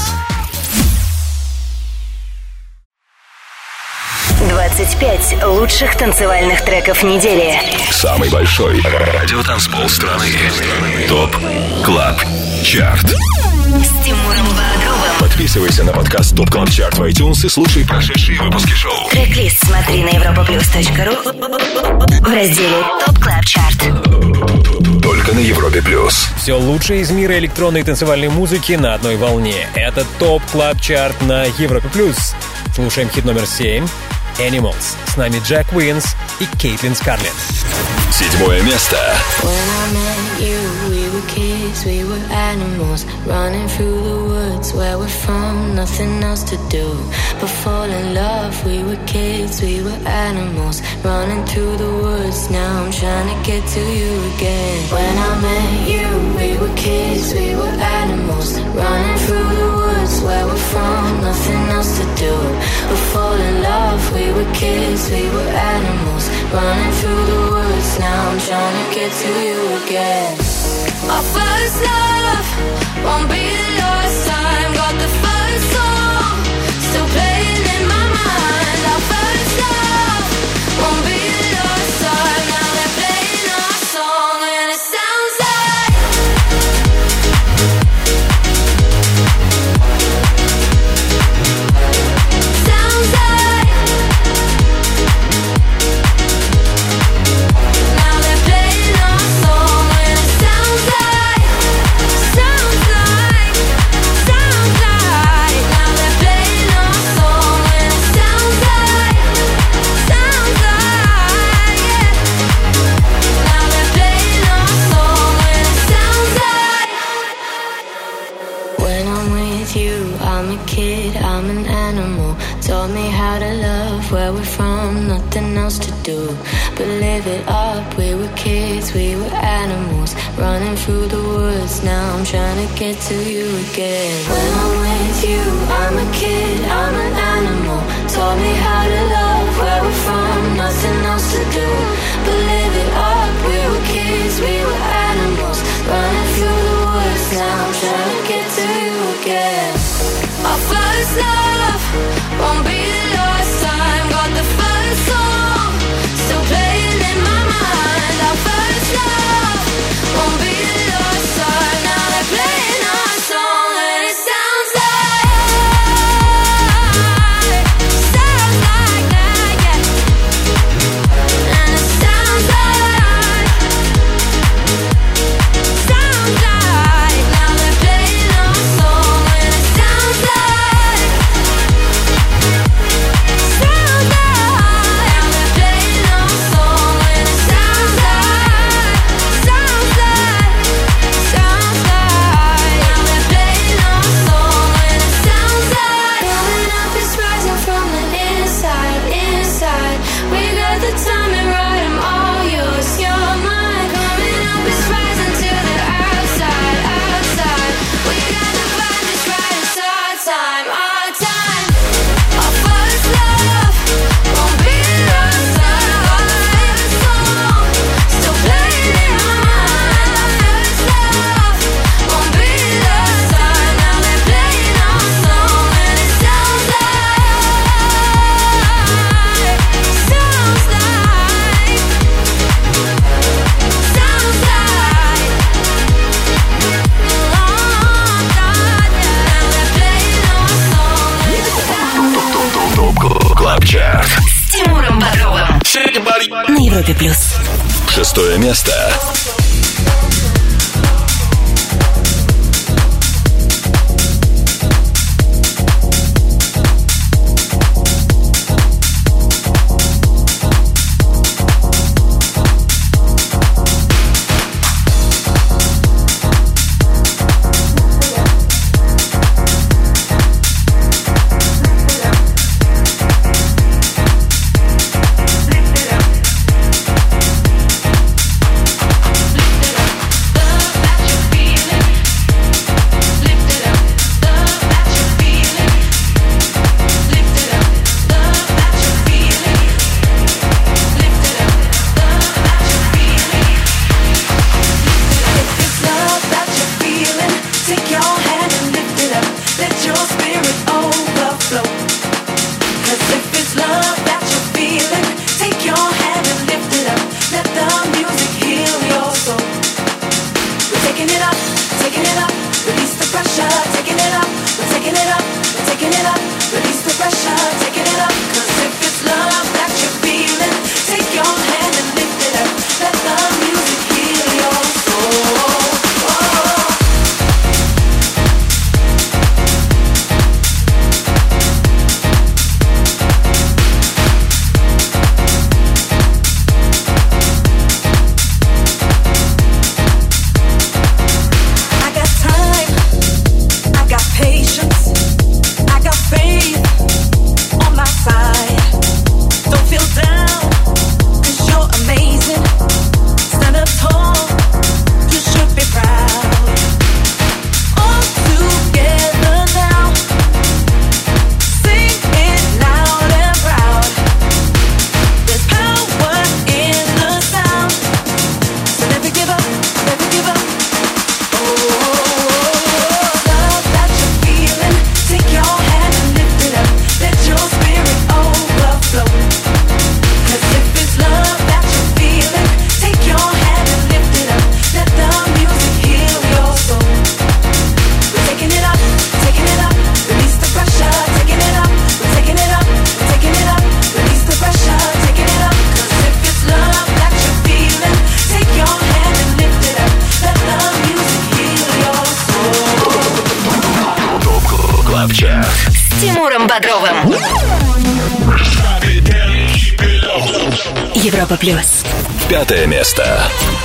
25 лучших танцевальных треков недели. Самый большой радиотанцпол страны. ТОП КЛАБ ЧАРТ. С Тимуром Бодровым. Подписывайся на подкаст ТОП КЛАБ ЧАРТ в iTunes и слушай прошедшие выпуски шоу. Трек-лист смотри на europaplus.ru в разделе ТОП КЛАБ ЧАРТ. Только на Европе Плюс. Все лучшее из мира электронной и танцевальной музыки на одной волне. Это ТОП КЛАБ ЧАРТ на Европе Плюс. Слушаем хит номер 7. Animals. С нами Джек Уинс и Кейтлин Скарлетт. 7 место. When I met you, we were kids, we were animals, running through the woods where we're from, nothing else to do but fall in love. We were kids, we were animals, running through the woods. Now I'm trying to get to you again. When I met you, we were kids, we were animals, running through the woods where we're from, nothing else to do but fall in love. We were kids, we were animals. running through the woods. Now I'm trying to get to you again. Our first love won't be the last time. Got the first song still playing in my mind. Our first love won't be the last time. Now they're playing our song and it sounds like now they're playing our song and it sounds like now they're playing our song and it sounds like yeah. Now they're playing our song and it sounds like when I'm with you, I'm a kid, I'm an animal. Taught me how to love, where we're from, nothing else to do but live it up. We were kids, we were animals, running through the woods. Now I'm trying to get to you again. When I'm with you, I'm a kid, I'm an animal. Taught me how to love, where we're from, nothing else to do but live it up. We were kids, we were animals, running through the woods. Now I'm trying to get to you again. Our first love won't be the last time. Got the first song still playing in my mind. Our first love won't be the last time. Now they're playing our song and it sounds like that, yeah. And it sounds like now they're playing our song and it sounds like Клабчарт с Тимуром Бодровым на Европе плюс. 6 место. On my Тимуром Бодровым. Европа плюс. 5 место.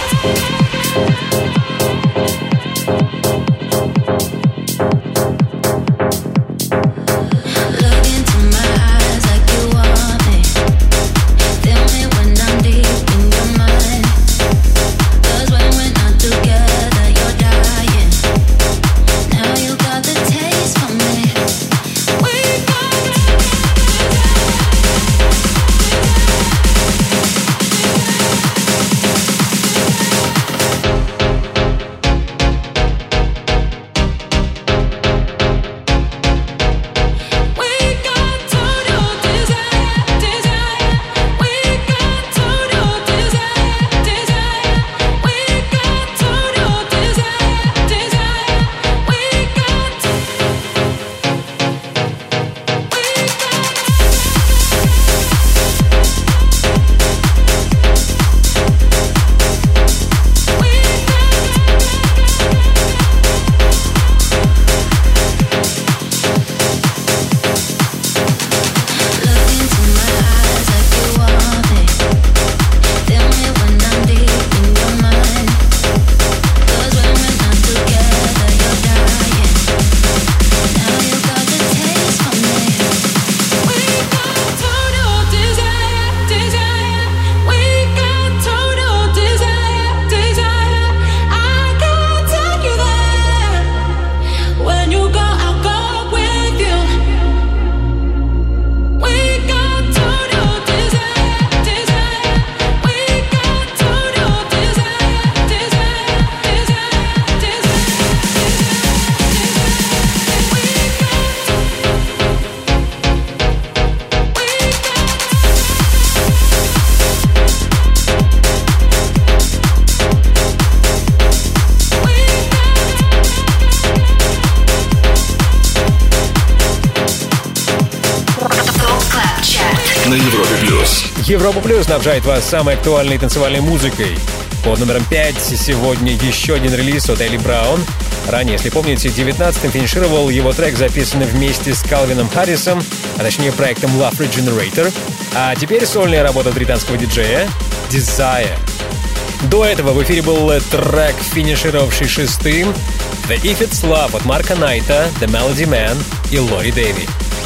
На Европе плюс. Европа плюс снабжает вас самой актуальной танцевальной музыкой. Под номером 5 сегодня еще один релиз от Элли Браун. Ранее, если помните, 19-м финишировал его трек, записанный вместе с Калвином Харрисом, а точнее проектом Love Regenerator. А теперь сольная работа британского диджея Desire. До этого в эфире был трек, финишировавший 6-м, The If It's Love от Марка Найта, The Melody Man и Лори Дэви.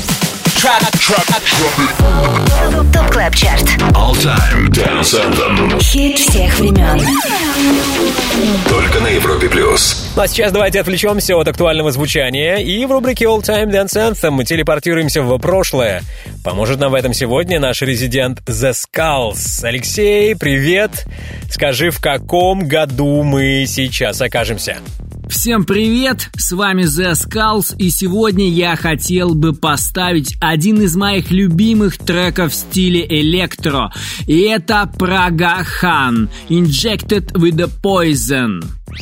ТОП Клаб Чарт. All Time Dance Anthem. Хит всех времен. Только на Европе плюс. Ну а сейчас давайте отвлечемся от актуального звучания и в рубрике All Time Dance Anthem мы телепортируемся в прошлое. Поможет нам в этом сегодня наш резидент The Skulls. Алексей, привет! Скажи, в каком году мы сейчас окажемся? Всем привет, с вами The Skulls, и сегодня я хотел бы поставить один из моих любимых треков в стиле электро, и это Praga Han, Injected with the Poison.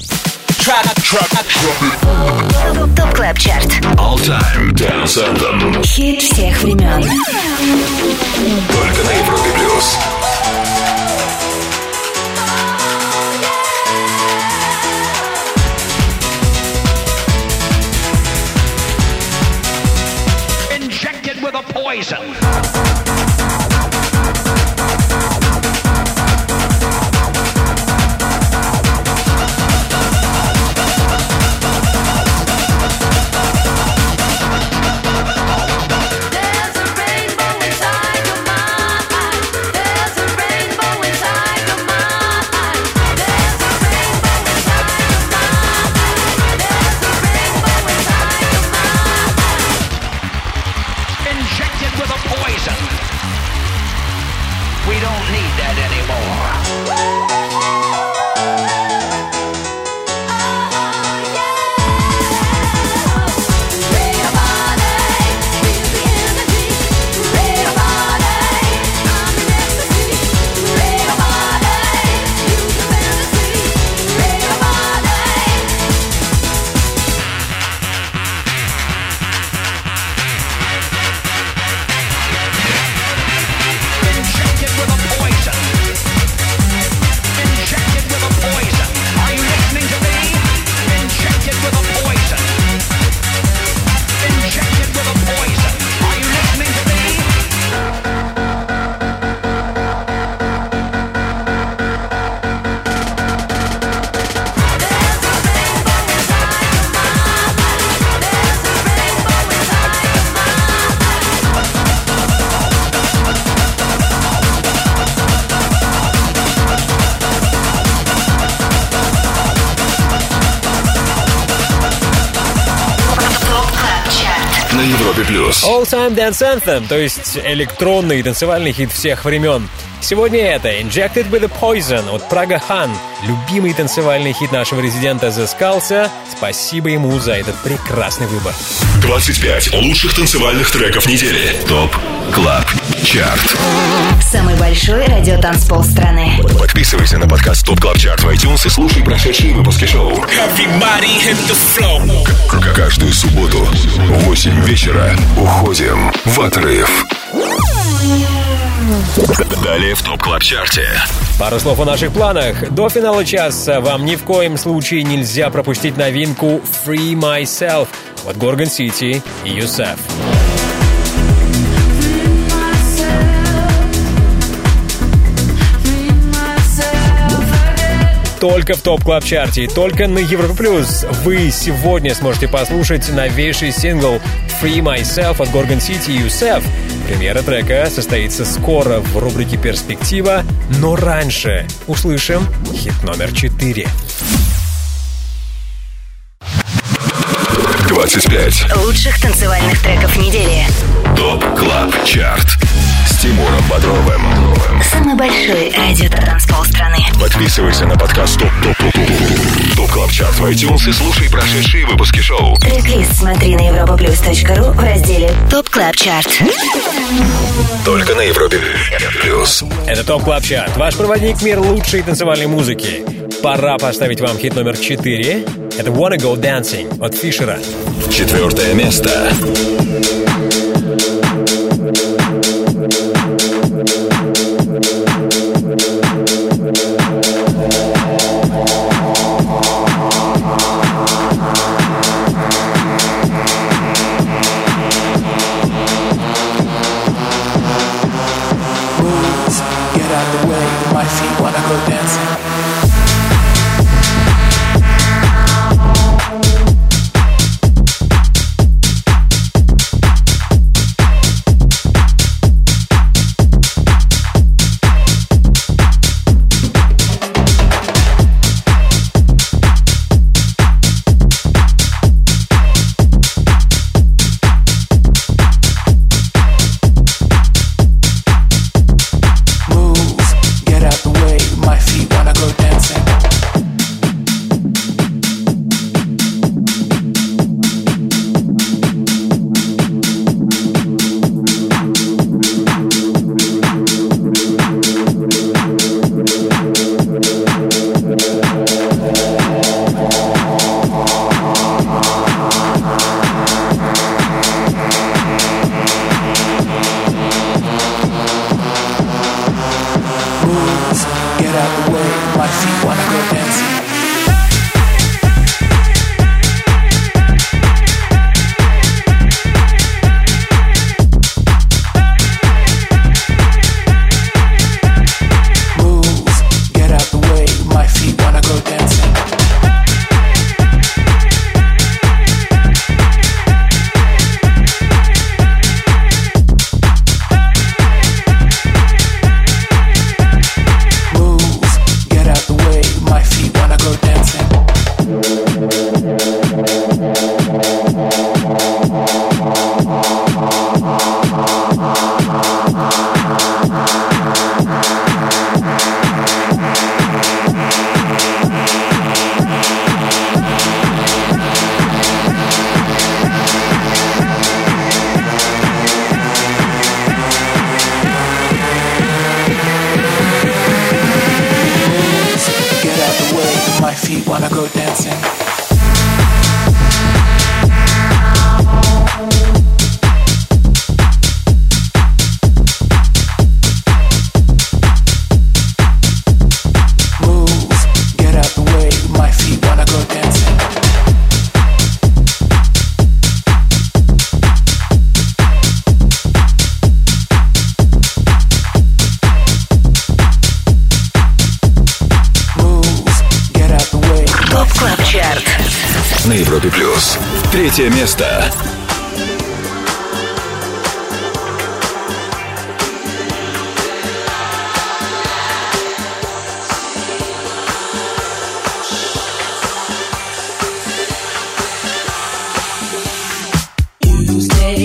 ТОП Клаб Чарт. All Time Dance Anthem. Хит всех времен. Только на Европе плюс. With a poison. Injected with a poison. на Европе плюс. All Time Dance Anthem, то есть электронный танцевальный хит всех времен. Сегодня это Injected with a Poison от Praga Han. Любимый танцевальный хит нашего резидента The Skulls. Спасибо ему за этот прекрасный выбор. 25 лучших танцевальных треков недели. ТОП Клаб Чарт. Самый большой радиотанцпол страны. Подписывайся на подкаст ТОП Клаб Чарт в iTunes и слушай прошедшие выпуски шоу. Каждую субботу в 8 вечера уходим в отрыв. Далее в ТОП Клаб Чарте. Пару слов о наших планах. До финала часа вам ни в коем случае нельзя пропустить новинку Free Myself от Gorgon City и Yusef. Только в ТОП Клаб Чарте, только на Европа Плюс вы сегодня сможете послушать новейший сингл Free Myself от Gorgon City и Yusef. Премьера трека состоится скоро в рубрике «Перспектива», но раньше услышим хит номер 4. 25 лучших танцевальных треков недели. ТОП Клаб Чарт с Тимуром Бодровым. Самый большой радиотанцпол страны. Подписывайся на подкаст ТОП Клаб Чарт в iTunes и слушай прошедшие выпуски шоу. Трек-лист смотри на europaplus.ru в разделе ТОП Клаб Чарт. Только на Европе Плюс. Это ТОП Клаб Чарт, ваш проводник в мир лучшей танцевальной музыки. Пора поставить вам хит номер 4. Это Wanna Go Dancing от Фишера. 4 место. На Европе Плюс. 3 место. You stay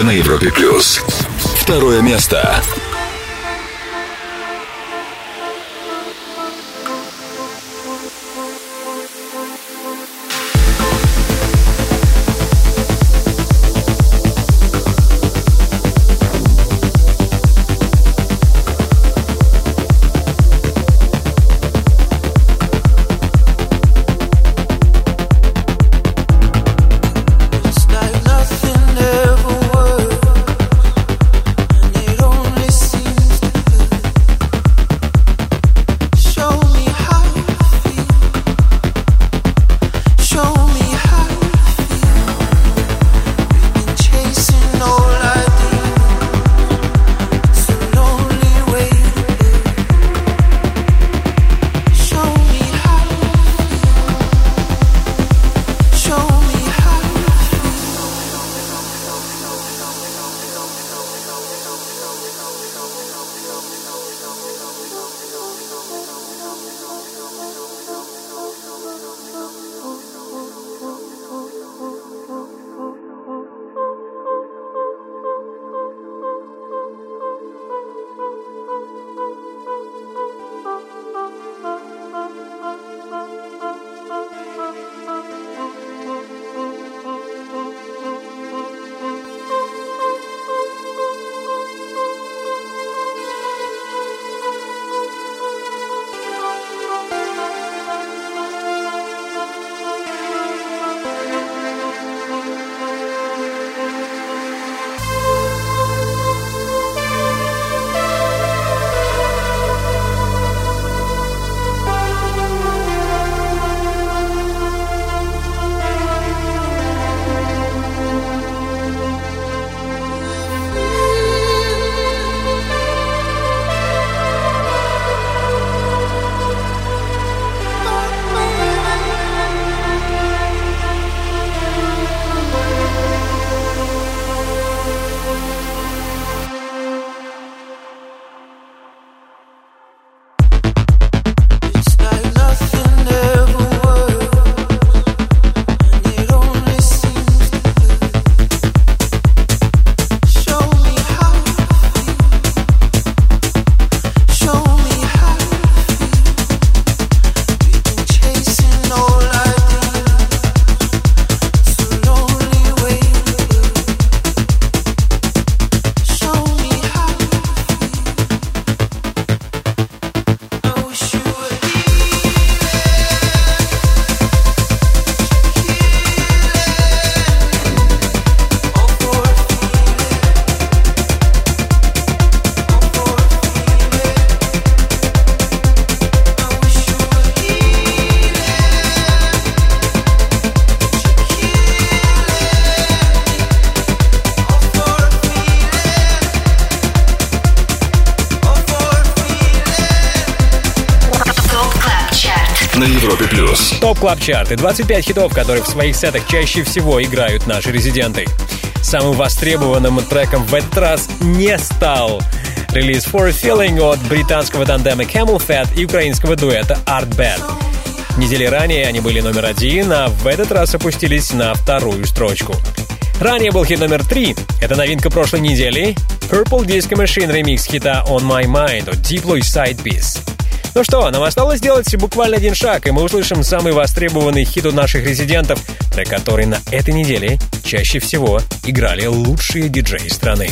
на Европе+. Второе место. на Европе+. Топ Клаб Чарт и 25 хитов, которые в своих сетах чаще всего играют наши резиденты. Самым востребованным треком в этот раз не стал релиз For a Feeling от британского тандема Camel Fat и украинского дуэта Art Band. Недели ранее они были номер 1, а в этот раз опустились на вторую строчку. Ранее был хит номер 3. Это новинка прошлой недели. Purple Disco Machine ремикс хита On My Mind от Diplo и Side Piece. Ну что, нам осталось сделать буквально один шаг, и мы услышим самый востребованный хит у наших резидентов, трек который на этой неделе чаще всего играли лучшие диджеи страны.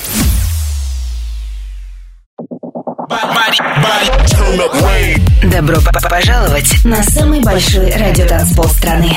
Добро пожаловать на самый большой радиотанцпол страны.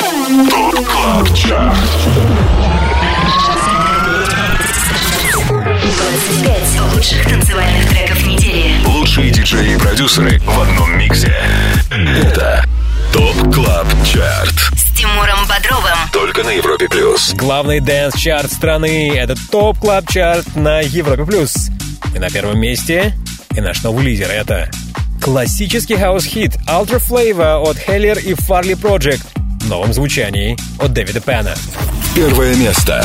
25 лучших танцевальных треков недели. Лучшие диджеи и продюсеры в одном миксе. Это ТОП Клаб Чарт С Тимуром Бодровым. Только на Европе+. Главный дэнс-чарт страны — это ТОП Клаб Чарт на Европе+. И на первом месте и наш новый лидер — это классический хаус-хит Ultra Flavor от Hellier и Farley Project в новом звучании от Дэвида Пена. Первое место.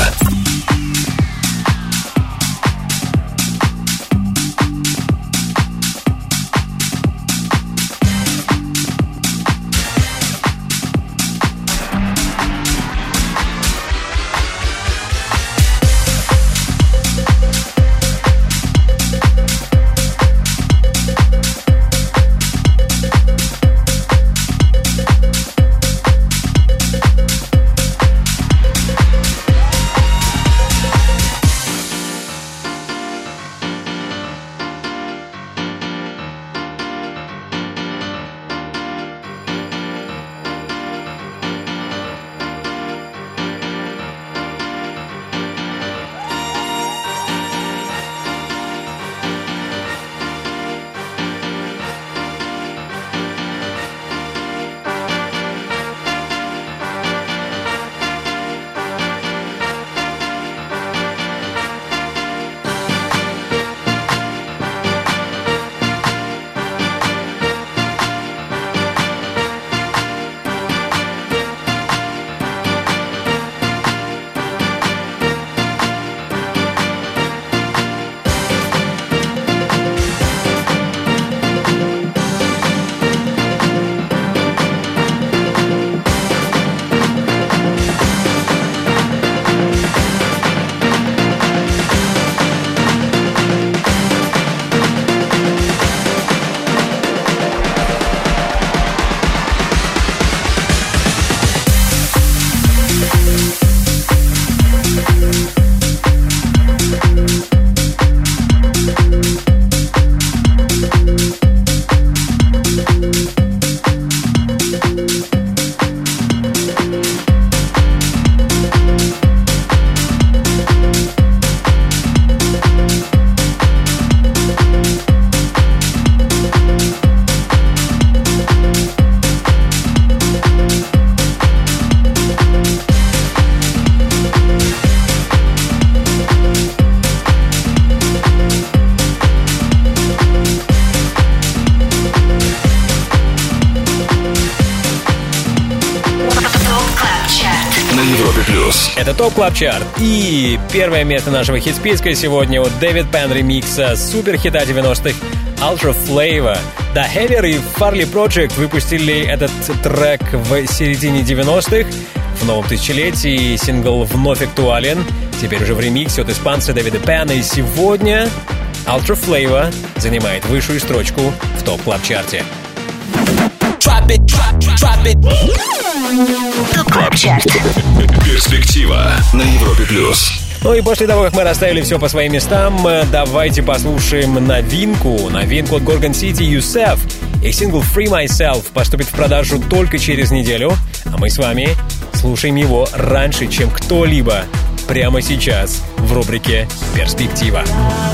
Это ТОП Клаб Чарт. И первое место нашего хит-списка сегодня у Дэвид Пен ремикса суперхита 90-х Ultra Flavor. Да, Heavier и Farley Project выпустили этот трек в середине 90-х. В новом тысячелетии сингл вновь актуален. Теперь уже в ремиксе от испанца Дэвида Пена. И сегодня Ultra Flavor занимает высшую строчку в ТОП Клаб Чарте. ТОП Клаб Чарт. Перспектива на Европе плюс. Ну и после того, как мы расставили все по своим местам, давайте послушаем новинку от Gorgon City Yousef. Их сингл Free Myself поступит в продажу только через неделю, а мы с вами слушаем его раньше, чем кто-либо, прямо сейчас в рубрике «Перспектива».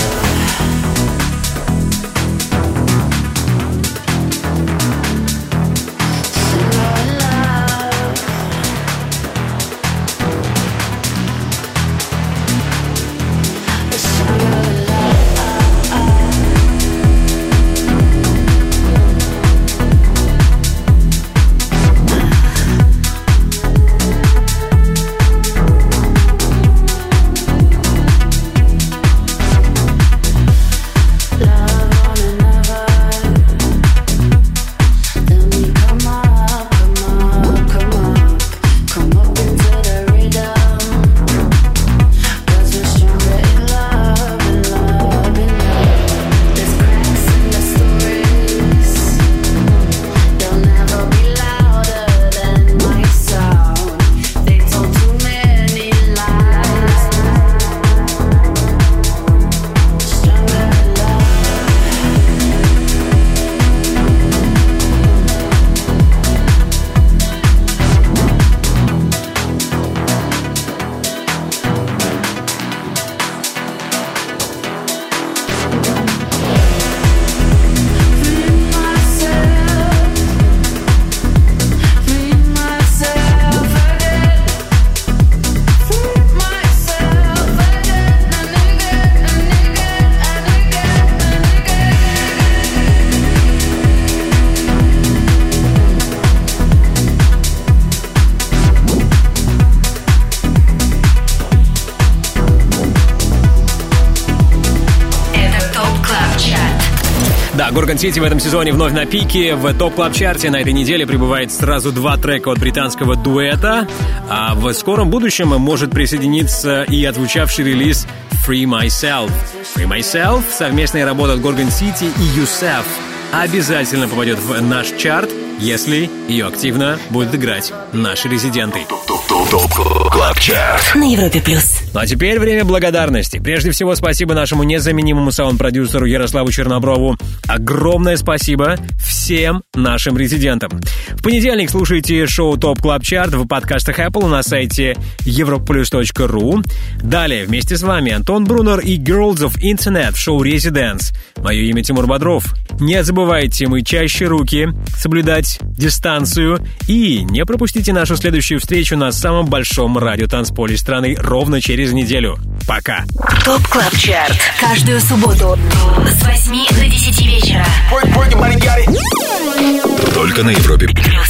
Gorgon City в этом сезоне вновь на пике. В ТОП Клаб Чарте на этой неделе прибывает сразу 2 трека от британского дуэта, а в скором будущем может присоединиться и отзвучавший релиз Free Myself. Free Myself — совместная работа от Gorgon City и Yousef. Обязательно попадет в наш чарт, если ее активно будут играть наши резиденты. ТОП Клаб Чарт на Европе плюс. Ну а теперь время благодарности. Прежде всего, спасибо нашему незаменимому саунд-продюсеру Ярославу Черноброву. Огромное спасибо всем нашим резидентам. В понедельник слушайте шоу ТОП Клаб Чарт в подкастах Apple на сайте europlus.ru. Далее вместе с вами Антон Брунер и Girls of Internet в шоу Residence. Мое имя Тимур Бодров. Не забывайте мыть чаще руки, соблюдать дистанцию и не пропустите нашу следующую встречу на самом большом радиотанцполе страны ровно через неделю. Пока. ТОП Клаб Чарт. Каждую субботу с 8 до 10 вечера. Только на Европе плюс.